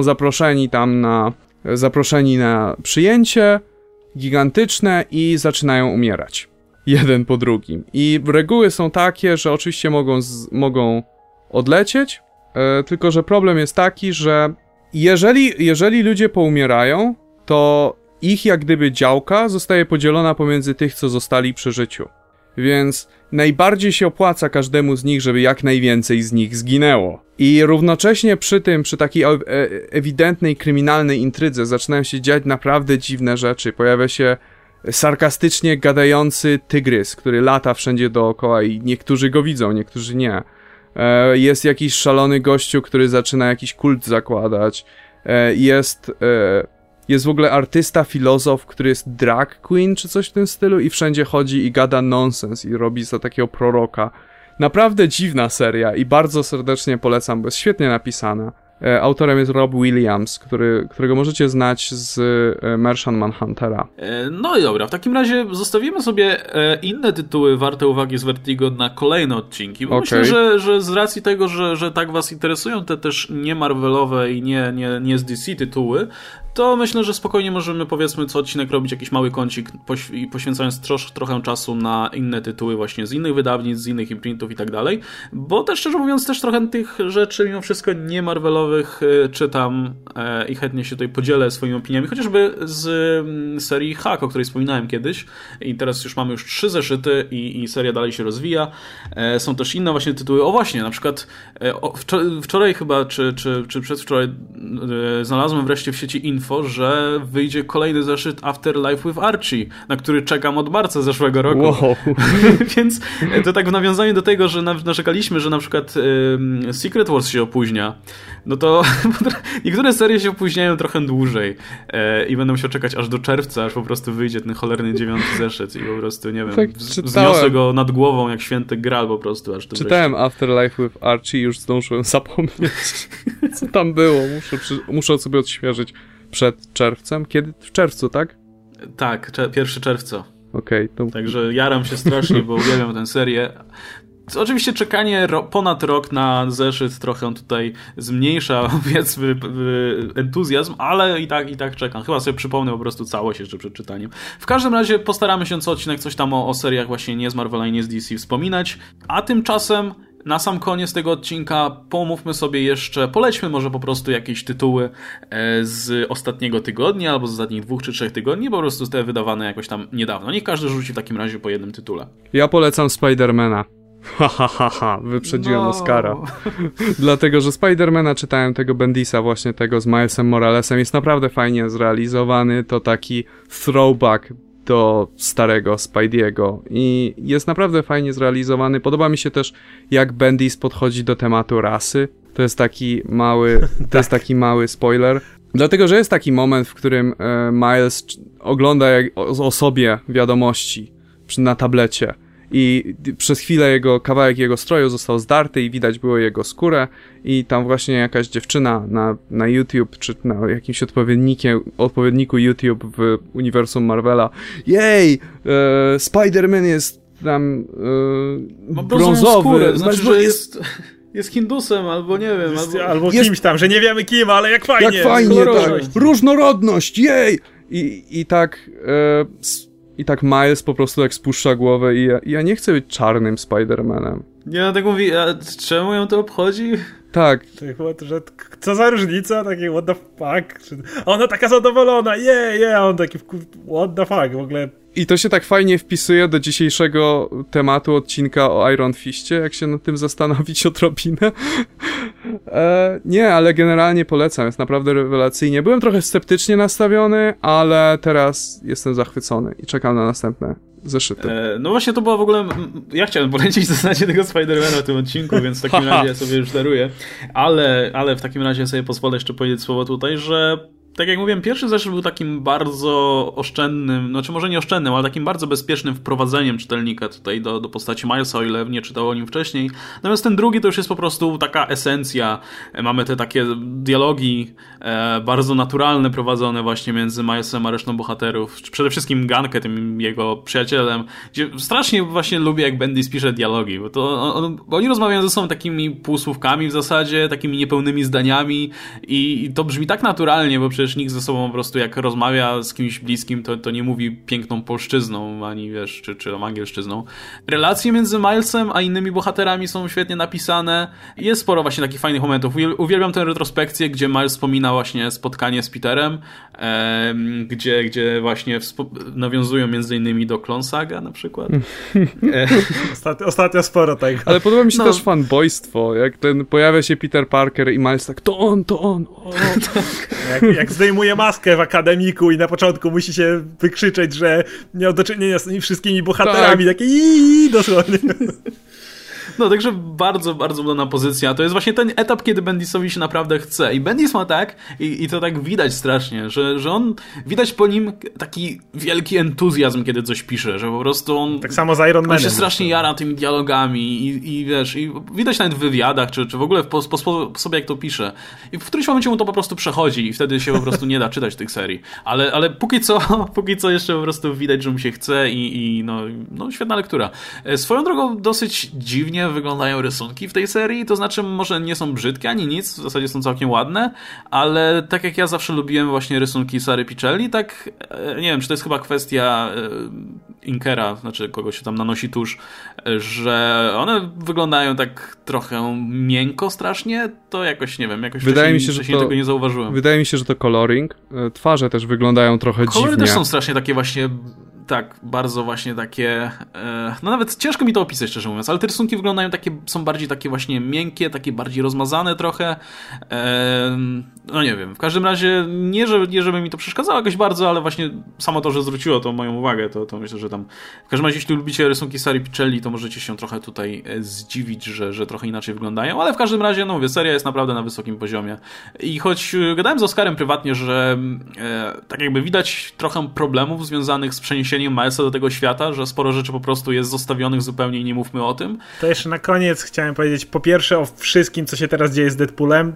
zaproszeni na przyjęcie gigantyczne i zaczynają umierać. Jeden po drugim. I reguły są takie, że oczywiście mogą odlecieć, tylko że problem jest taki, że jeżeli ludzie poumierają, to ich jak gdyby działka zostaje podzielona pomiędzy tych, co zostali przy życiu. Więc najbardziej się opłaca każdemu z nich, żeby jak najwięcej z nich zginęło. I równocześnie przy takiej ewidentnej kryminalnej intrydze zaczynają się dziać naprawdę dziwne rzeczy. Pojawia się sarkastycznie gadający tygrys, który lata wszędzie dookoła i niektórzy go widzą, niektórzy nie. Jest jakiś szalony gościu, który zaczyna jakiś kult zakładać. Jest w ogóle artysta, filozof, który jest drag queen czy coś w tym stylu i wszędzie chodzi i gada nonsens i robi za takiego proroka. Naprawdę dziwna seria i bardzo serdecznie polecam, bo jest świetnie napisana. Autorem jest Rob Williams, którego możecie znać z Martian Manhuntera. No i dobra, w takim razie zostawimy sobie inne tytuły warte uwagi z Vertigo na kolejne odcinki, bo myślę, że z racji tego, że tak was interesują te też nie Marvelowe i nie z DC tytuły, to myślę, że spokojnie możemy, powiedzmy, co odcinek robić jakiś mały kącik, poświęcając trochę czasu na inne tytuły właśnie z innych wydawnictw, z innych imprintów i tak dalej, bo też szczerze mówiąc też trochę tych rzeczy mimo wszystko nie Marvelowych czytam i chętnie się tutaj podzielę swoimi opiniami, chociażby z serii Hack, o której wspominałem kiedyś i teraz już mamy 3 zeszyty i seria dalej się rozwija. Są też inne właśnie tytuły, o właśnie, na przykład wczoraj chyba, czy przedwczoraj znalazłem wreszcie w sieci info, że wyjdzie kolejny zeszyt Afterlife with Archie, na który czekam od marca zeszłego roku. Wow. Więc to tak w nawiązaniu do tego, że narzekaliśmy, że na przykład Secret Wars się opóźnia, no to niektóre serie się opóźniają trochę dłużej i będę musiał czekać aż do czerwca, aż po prostu wyjdzie ten cholerny 9 zeszyt i po prostu, nie wiem, tak, wzniosę go nad głową jak święty Graal po prostu. Aż czytałem wreszcie. Afterlife with Archie i już zdążyłem zapomnieć, co tam było. Muszę sobie odświeżyć. Przed czerwcem? Kiedy? W czerwcu, tak? Tak, 1 czerwca. Okej. Także jaram się strasznie, bo uwielbiam tę serię. Oczywiście czekanie ponad rok na zeszyt trochę tutaj zmniejsza, powiedzmy, entuzjazm, ale i tak czekam. Chyba sobie przypomnę po prostu całość jeszcze przed czytaniem. W każdym razie postaramy się co odcinek coś tam o seriach właśnie nie z Marvela i nie z DC wspominać, a tymczasem na sam koniec tego odcinka pomówmy sobie jeszcze, polećmy może po prostu jakieś tytuły z ostatniego tygodnia, albo z ostatnich 2 czy 3 tygodni, po prostu te wydawane jakoś tam niedawno. Niech każdy rzuci w takim razie po jednym tytule. Ja polecam Spidermana. Wyprzedziłem Oscara. Dlatego, że Spidermana czytałem tego Bendisa, właśnie tego z Milesem Moralesem. Jest naprawdę fajnie zrealizowany. To taki throwback do starego Spidey'ego i jest naprawdę fajnie zrealizowany. Podoba mi się też, jak Bendis podchodzi do tematu rasy. To jest taki mały spoiler. Dlatego, że jest taki moment, w którym Miles ogląda o sobie wiadomości na tablecie i przez chwilę kawałek jego stroju został zdarty i widać było jego skórę i tam właśnie jakaś dziewczyna na YouTube, czy na jakimś odpowiedniku YouTube w uniwersum Marvela, Spider-Man jest tam brązowy. Skórę, znaczy, że jest Hindusem, albo nie wiem. Albo kimś tam, że nie wiemy kim, ale jak fajnie. Jak fajnie, tak. Różnorodność, jej! I tak Miles po prostu tak spuszcza głowę i ja nie chcę być czarnym Spider-Manem. Nie, tak mówi, a czemu ją to obchodzi? Tak. Że co za różnica, takie what the fuck. A ona taka zadowolona, a on taki what the fuck, w ogóle. I to się tak fajnie wpisuje do dzisiejszego tematu odcinka o Iron Fistie, jak się nad tym zastanowić odrobinę. Nie, ale generalnie polecam, jest naprawdę rewelacyjnie. Byłem trochę sceptycznie nastawiony, ale teraz jestem zachwycony i czekam na następne zeszyty. No właśnie to była w ogóle... Ja chciałem polecić w zasadzie tego Spider-Mana w tym odcinku, więc w takim razie sobie już daruję. Ale w takim razie sobie pozwolę jeszcze powiedzieć słowo tutaj, że tak jak mówiłem, pierwszy zeszyt był takim bardzo oszczędnym, znaczy może nie oszczędnym, ale takim bardzo bezpiecznym wprowadzeniem czytelnika tutaj do postaci Milesa, o ile nie czytał o nim wcześniej. Natomiast ten drugi to już jest po prostu taka esencja. Mamy te takie dialogi bardzo naturalne prowadzone właśnie między Milesem a resztą bohaterów. Przede wszystkim Gunkę, tym jego przyjacielem, gdzie strasznie właśnie lubię, jak Bendis pisze dialogi, bo to oni rozmawiają ze sobą takimi półsłówkami w zasadzie, takimi niepełnymi zdaniami i to brzmi tak naturalnie, bo przecież nikt ze sobą po prostu jak rozmawia z kimś bliskim, to nie mówi piękną polszczyzną, ani wiesz, czy angielszczyzną. Relacje między Milesem a innymi bohaterami są świetnie napisane. Jest sporo właśnie takich fajnych momentów. Uwielbiam tę retrospekcję, gdzie Miles wspomina właśnie spotkanie z Peterem, gdzie właśnie nawiązują między innymi do Clone Saga na przykład. Ostatnio sporo tego. Ale podoba mi się też fanboystwo, jak pojawia się Peter Parker i Miles tak, to on. Jak zdejmuje maskę w akademiku i na początku musi się wykrzyczeć, że miał do czynienia z tymi wszystkimi bohaterami, takie dosłownie. No, także bardzo, bardzo udana pozycja. To jest właśnie ten etap, kiedy Bendisowi się naprawdę chce. I Bendis ma tak, i to tak widać strasznie, że on, widać po nim taki wielki entuzjazm, kiedy coś pisze, że po prostu on... Tak samo z Iron Manem. On się strasznie jara tymi dialogami i wiesz, i widać nawet w wywiadach, czy w ogóle po sposobie, jak to pisze. I w którymś momencie mu to po prostu przechodzi i wtedy się po prostu nie da czytać tych serii. Ale póki co jeszcze po prostu widać, że mu się chce i świetna lektura. Swoją drogą dosyć dziwnie wyglądają rysunki w tej serii, to znaczy może nie są brzydkie ani nic, w zasadzie są całkiem ładne, ale tak jak ja zawsze lubiłem właśnie rysunki Sary Pichelli, tak nie wiem, czy to jest chyba kwestia inkera, znaczy kogoś się tam nanosi tusz, że one wyglądają tak trochę miękko strasznie, to jakoś nie wiem, wcześniej tego nie zauważyłem. Wydaje mi się, że to coloring. Twarze też wyglądają trochę dziwnie. Kolory też są strasznie takie właśnie, tak, bardzo właśnie takie, no nawet ciężko mi to opisać, szczerze mówiąc, ale te rysunki wyglądają są bardziej takie właśnie miękkie, takie bardziej rozmazane trochę, no nie wiem, w każdym razie nie żeby mi to przeszkadzało jakoś bardzo, ale właśnie samo to, że zwróciło to moją uwagę, to myślę, że tam, w każdym razie jeśli lubicie rysunki Sary Pichelli, to możecie się trochę tutaj zdziwić, że trochę inaczej wyglądają, ale w każdym razie, no mówię, seria jest naprawdę na wysokim poziomie i choć gadałem z Oskarem prywatnie, że tak jakby widać trochę problemów związanych z przeniesieniem Milesa do tego świata, że sporo rzeczy po prostu jest zostawionych zupełnie i nie mówmy o tym. To jeszcze na koniec chciałem powiedzieć po pierwsze o wszystkim, co się teraz dzieje z Deadpoolem.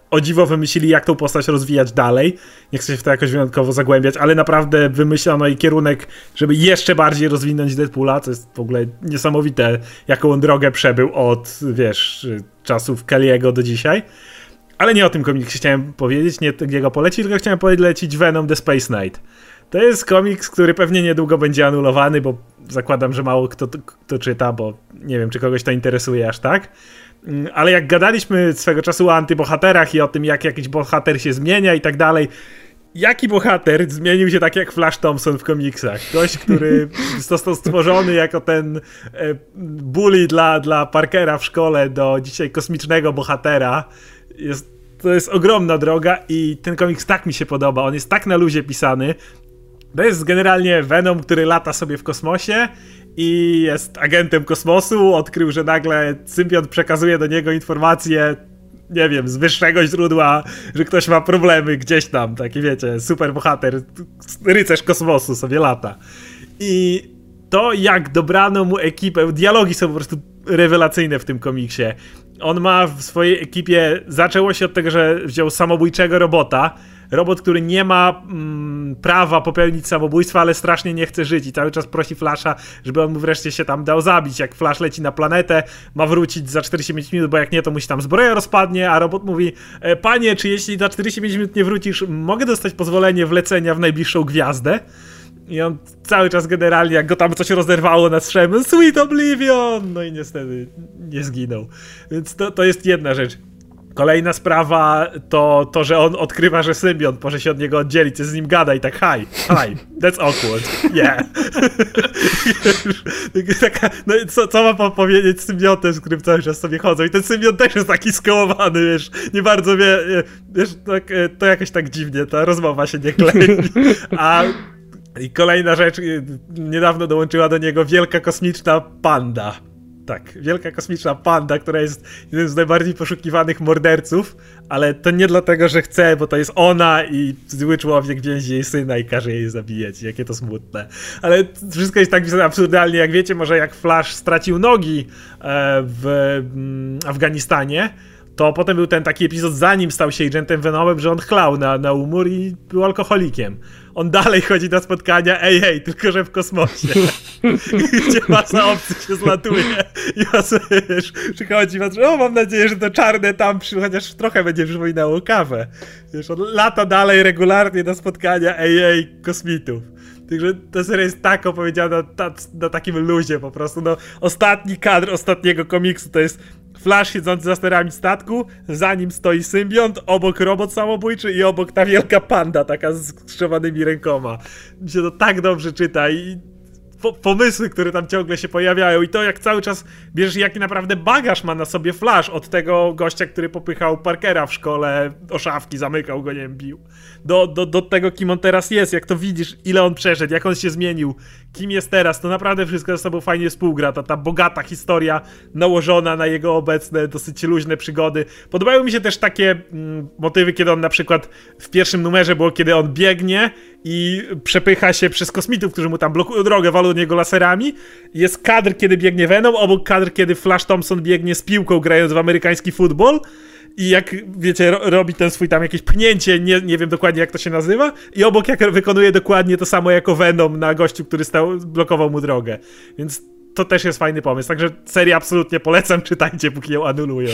o dziwo wymyślili, jak tą postać rozwijać dalej. Nie chcę się w to jakoś wyjątkowo zagłębiać, ale naprawdę wymyślono i kierunek, żeby jeszcze bardziej rozwinąć Deadpoola, co jest w ogóle niesamowite, jaką on drogę przebył od, czasów Kelly'ego do dzisiaj. Ale nie o tym komiksie chciałem powiedzieć, nie jego polecić, tylko chciałem polecić Venom The Space Knight. To jest komiks, który pewnie niedługo będzie anulowany, bo zakładam, że mało kto to czyta, bo nie wiem, czy kogoś to interesuje aż tak. Ale jak gadaliśmy swego czasu o antybohaterach i o tym, jak jakiś bohater się zmienia i tak dalej, jaki bohater zmienił się tak jak Flash Thompson w komiksach? Ktoś, który został stworzony jako ten bully dla Parkera w szkole do dzisiaj kosmicznego bohatera. To jest ogromna droga i ten komiks tak mi się podoba. On jest tak na luzie pisany. To jest generalnie Venom, który lata sobie w kosmosie i jest agentem kosmosu. Odkrył, że nagle symbiont przekazuje do niego informacje, nie wiem, z wyższego źródła, że ktoś ma problemy gdzieś tam. Taki, wiecie, super bohater, rycerz kosmosu sobie lata. I to, jak dobrano mu ekipę, dialogi są po prostu rewelacyjne w tym komiksie. On ma w swojej ekipie, zaczęło się od tego, że wziął samobójczego robota. Robot, który nie ma prawa popełnić samobójstwa, ale strasznie nie chce żyć i cały czas prosi Flasha, żeby on mu wreszcie się tam dał zabić. Jak Flash leci na planetę, ma wrócić za 45 minut, bo jak nie, to mu się tam zbroja rozpadnie, a robot mówi: panie, czy jeśli za 45 minut nie wrócisz, mogę dostać pozwolenie wlecenia w najbliższą gwiazdę? I on cały czas generalnie, jak go tam coś rozerwało nad strzałem, Sweet Oblivion! No i niestety nie zginął. Więc to jest jedna rzecz. Kolejna sprawa to, że on odkrywa, że symbiont może się od niego oddzielić, z nim gada i tak hi, that's awkward, yeah. No co ma pan powiedzieć z symbiontem, z którym cały czas sobie chodzą i ten symbiont też jest taki skołowany, wiesz, nie bardzo wiesz, tak, to jakoś tak dziwnie, ta rozmowa się nie klei. I kolejna rzecz, niedawno dołączyła do niego wielka kosmiczna panda. Tak, wielka kosmiczna panda, która jest jednym z najbardziej poszukiwanych morderców, ale to nie dlatego, że chce, bo to jest ona i zły człowiek więzi jej syna i każe jej zabijać. Jakie to smutne. Ale wszystko jest tak absurdalnie, jak wiecie, może jak Flash stracił nogi w Afganistanie, to potem był ten taki epizod, zanim stał się agentem Venomem, że on chlał na umór i był alkoholikiem. On dalej chodzi na spotkania, hej, tylko że w kosmosie. Gdzie masa obcych się zlatuje. I on sobie, wiesz, przychodzi, patrzy, mam nadzieję, że to czarne tam, chociaż trochę będzie przypominało kawę. Wiesz, on lata dalej regularnie na spotkania, kosmitów. Także ta seria jest tak opowiedziana na takim luzie po prostu. No, ostatni kadr ostatniego komiksu to jest Flash siedzący za sterami statku, za nim stoi symbiont, obok robot samobójczy i obok ta wielka panda taka z skrzywanymi rękoma. Mi się to tak dobrze czyta i pomysły, które tam ciągle się pojawiają i to, jak cały czas bierzesz, jaki naprawdę bagaż ma na sobie Flash od tego gościa, który popychał Parkera w szkole o szafki, zamykał go, nie wiem, bił, do tego, kim on teraz jest, jak to widzisz, ile on przeszedł, jak on się zmienił, kim jest teraz, to naprawdę wszystko ze sobą fajnie współgra, ta bogata historia nałożona na jego obecne, dosyć luźne przygody. Podobały mi się też takie motywy, kiedy on na przykład w pierwszym numerze było, kiedy on biegnie i przepycha się przez kosmitów, którzy mu tam blokują drogę, walą do niego laserami. Jest kadr, kiedy biegnie Venom, obok kadr, kiedy Flash Thompson biegnie z piłką, grając w amerykański futbol. I jak, wiecie, robi ten swój tam jakieś pchnięcie, nie wiem dokładnie jak to się nazywa. I obok jak wykonuje dokładnie to samo jako Venom na gościu, który blokował mu drogę. Więc to też jest fajny pomysł. Także serię absolutnie polecam, czytajcie, póki ją anulują.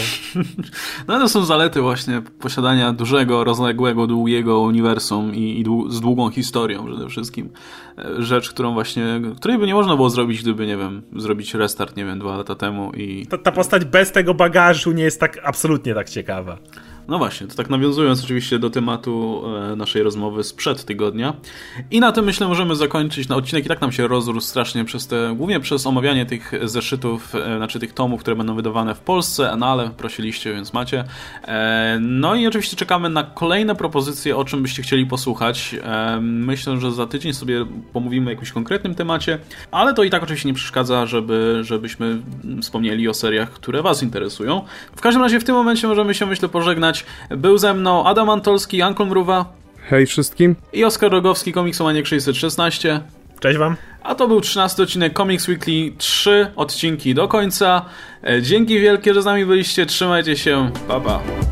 No to są zalety właśnie posiadania dużego, rozległego, długiego uniwersum i z długą historią przede wszystkim. Rzecz, której by nie można było zrobić, gdyby, nie wiem, zrobić restart, 2 lata temu i... Ta postać bez tego bagażu nie jest tak absolutnie tak ciekawa. No właśnie, to tak nawiązując oczywiście do tematu naszej rozmowy sprzed tygodnia. I na tym myślę możemy zakończyć. Na odcinek i tak nam się rozrósł strasznie głównie przez omawianie tych zeszytów, znaczy tych tomów, które będą wydawane w Polsce, no ale prosiliście, więc macie. No i oczywiście czekamy na kolejne propozycje, o czym byście chcieli posłuchać. Myślę, że za tydzień sobie pomówimy o jakimś konkretnym temacie, ale to i tak oczywiście nie przeszkadza, żebyśmy wspomnieli o seriach, które was interesują. W każdym razie w tym momencie możemy się, myślę, pożegnać. Był ze mną Adam Antolski, Ankol Mruwa. Hej wszystkim. I Oskar Rogowski, Komiksomaniak 616. Cześć wam. A to był 13 odcinek Comics Weekly, 3 odcinki do końca. Dzięki wielkie, że z nami byliście. Trzymajcie się. Pa, pa.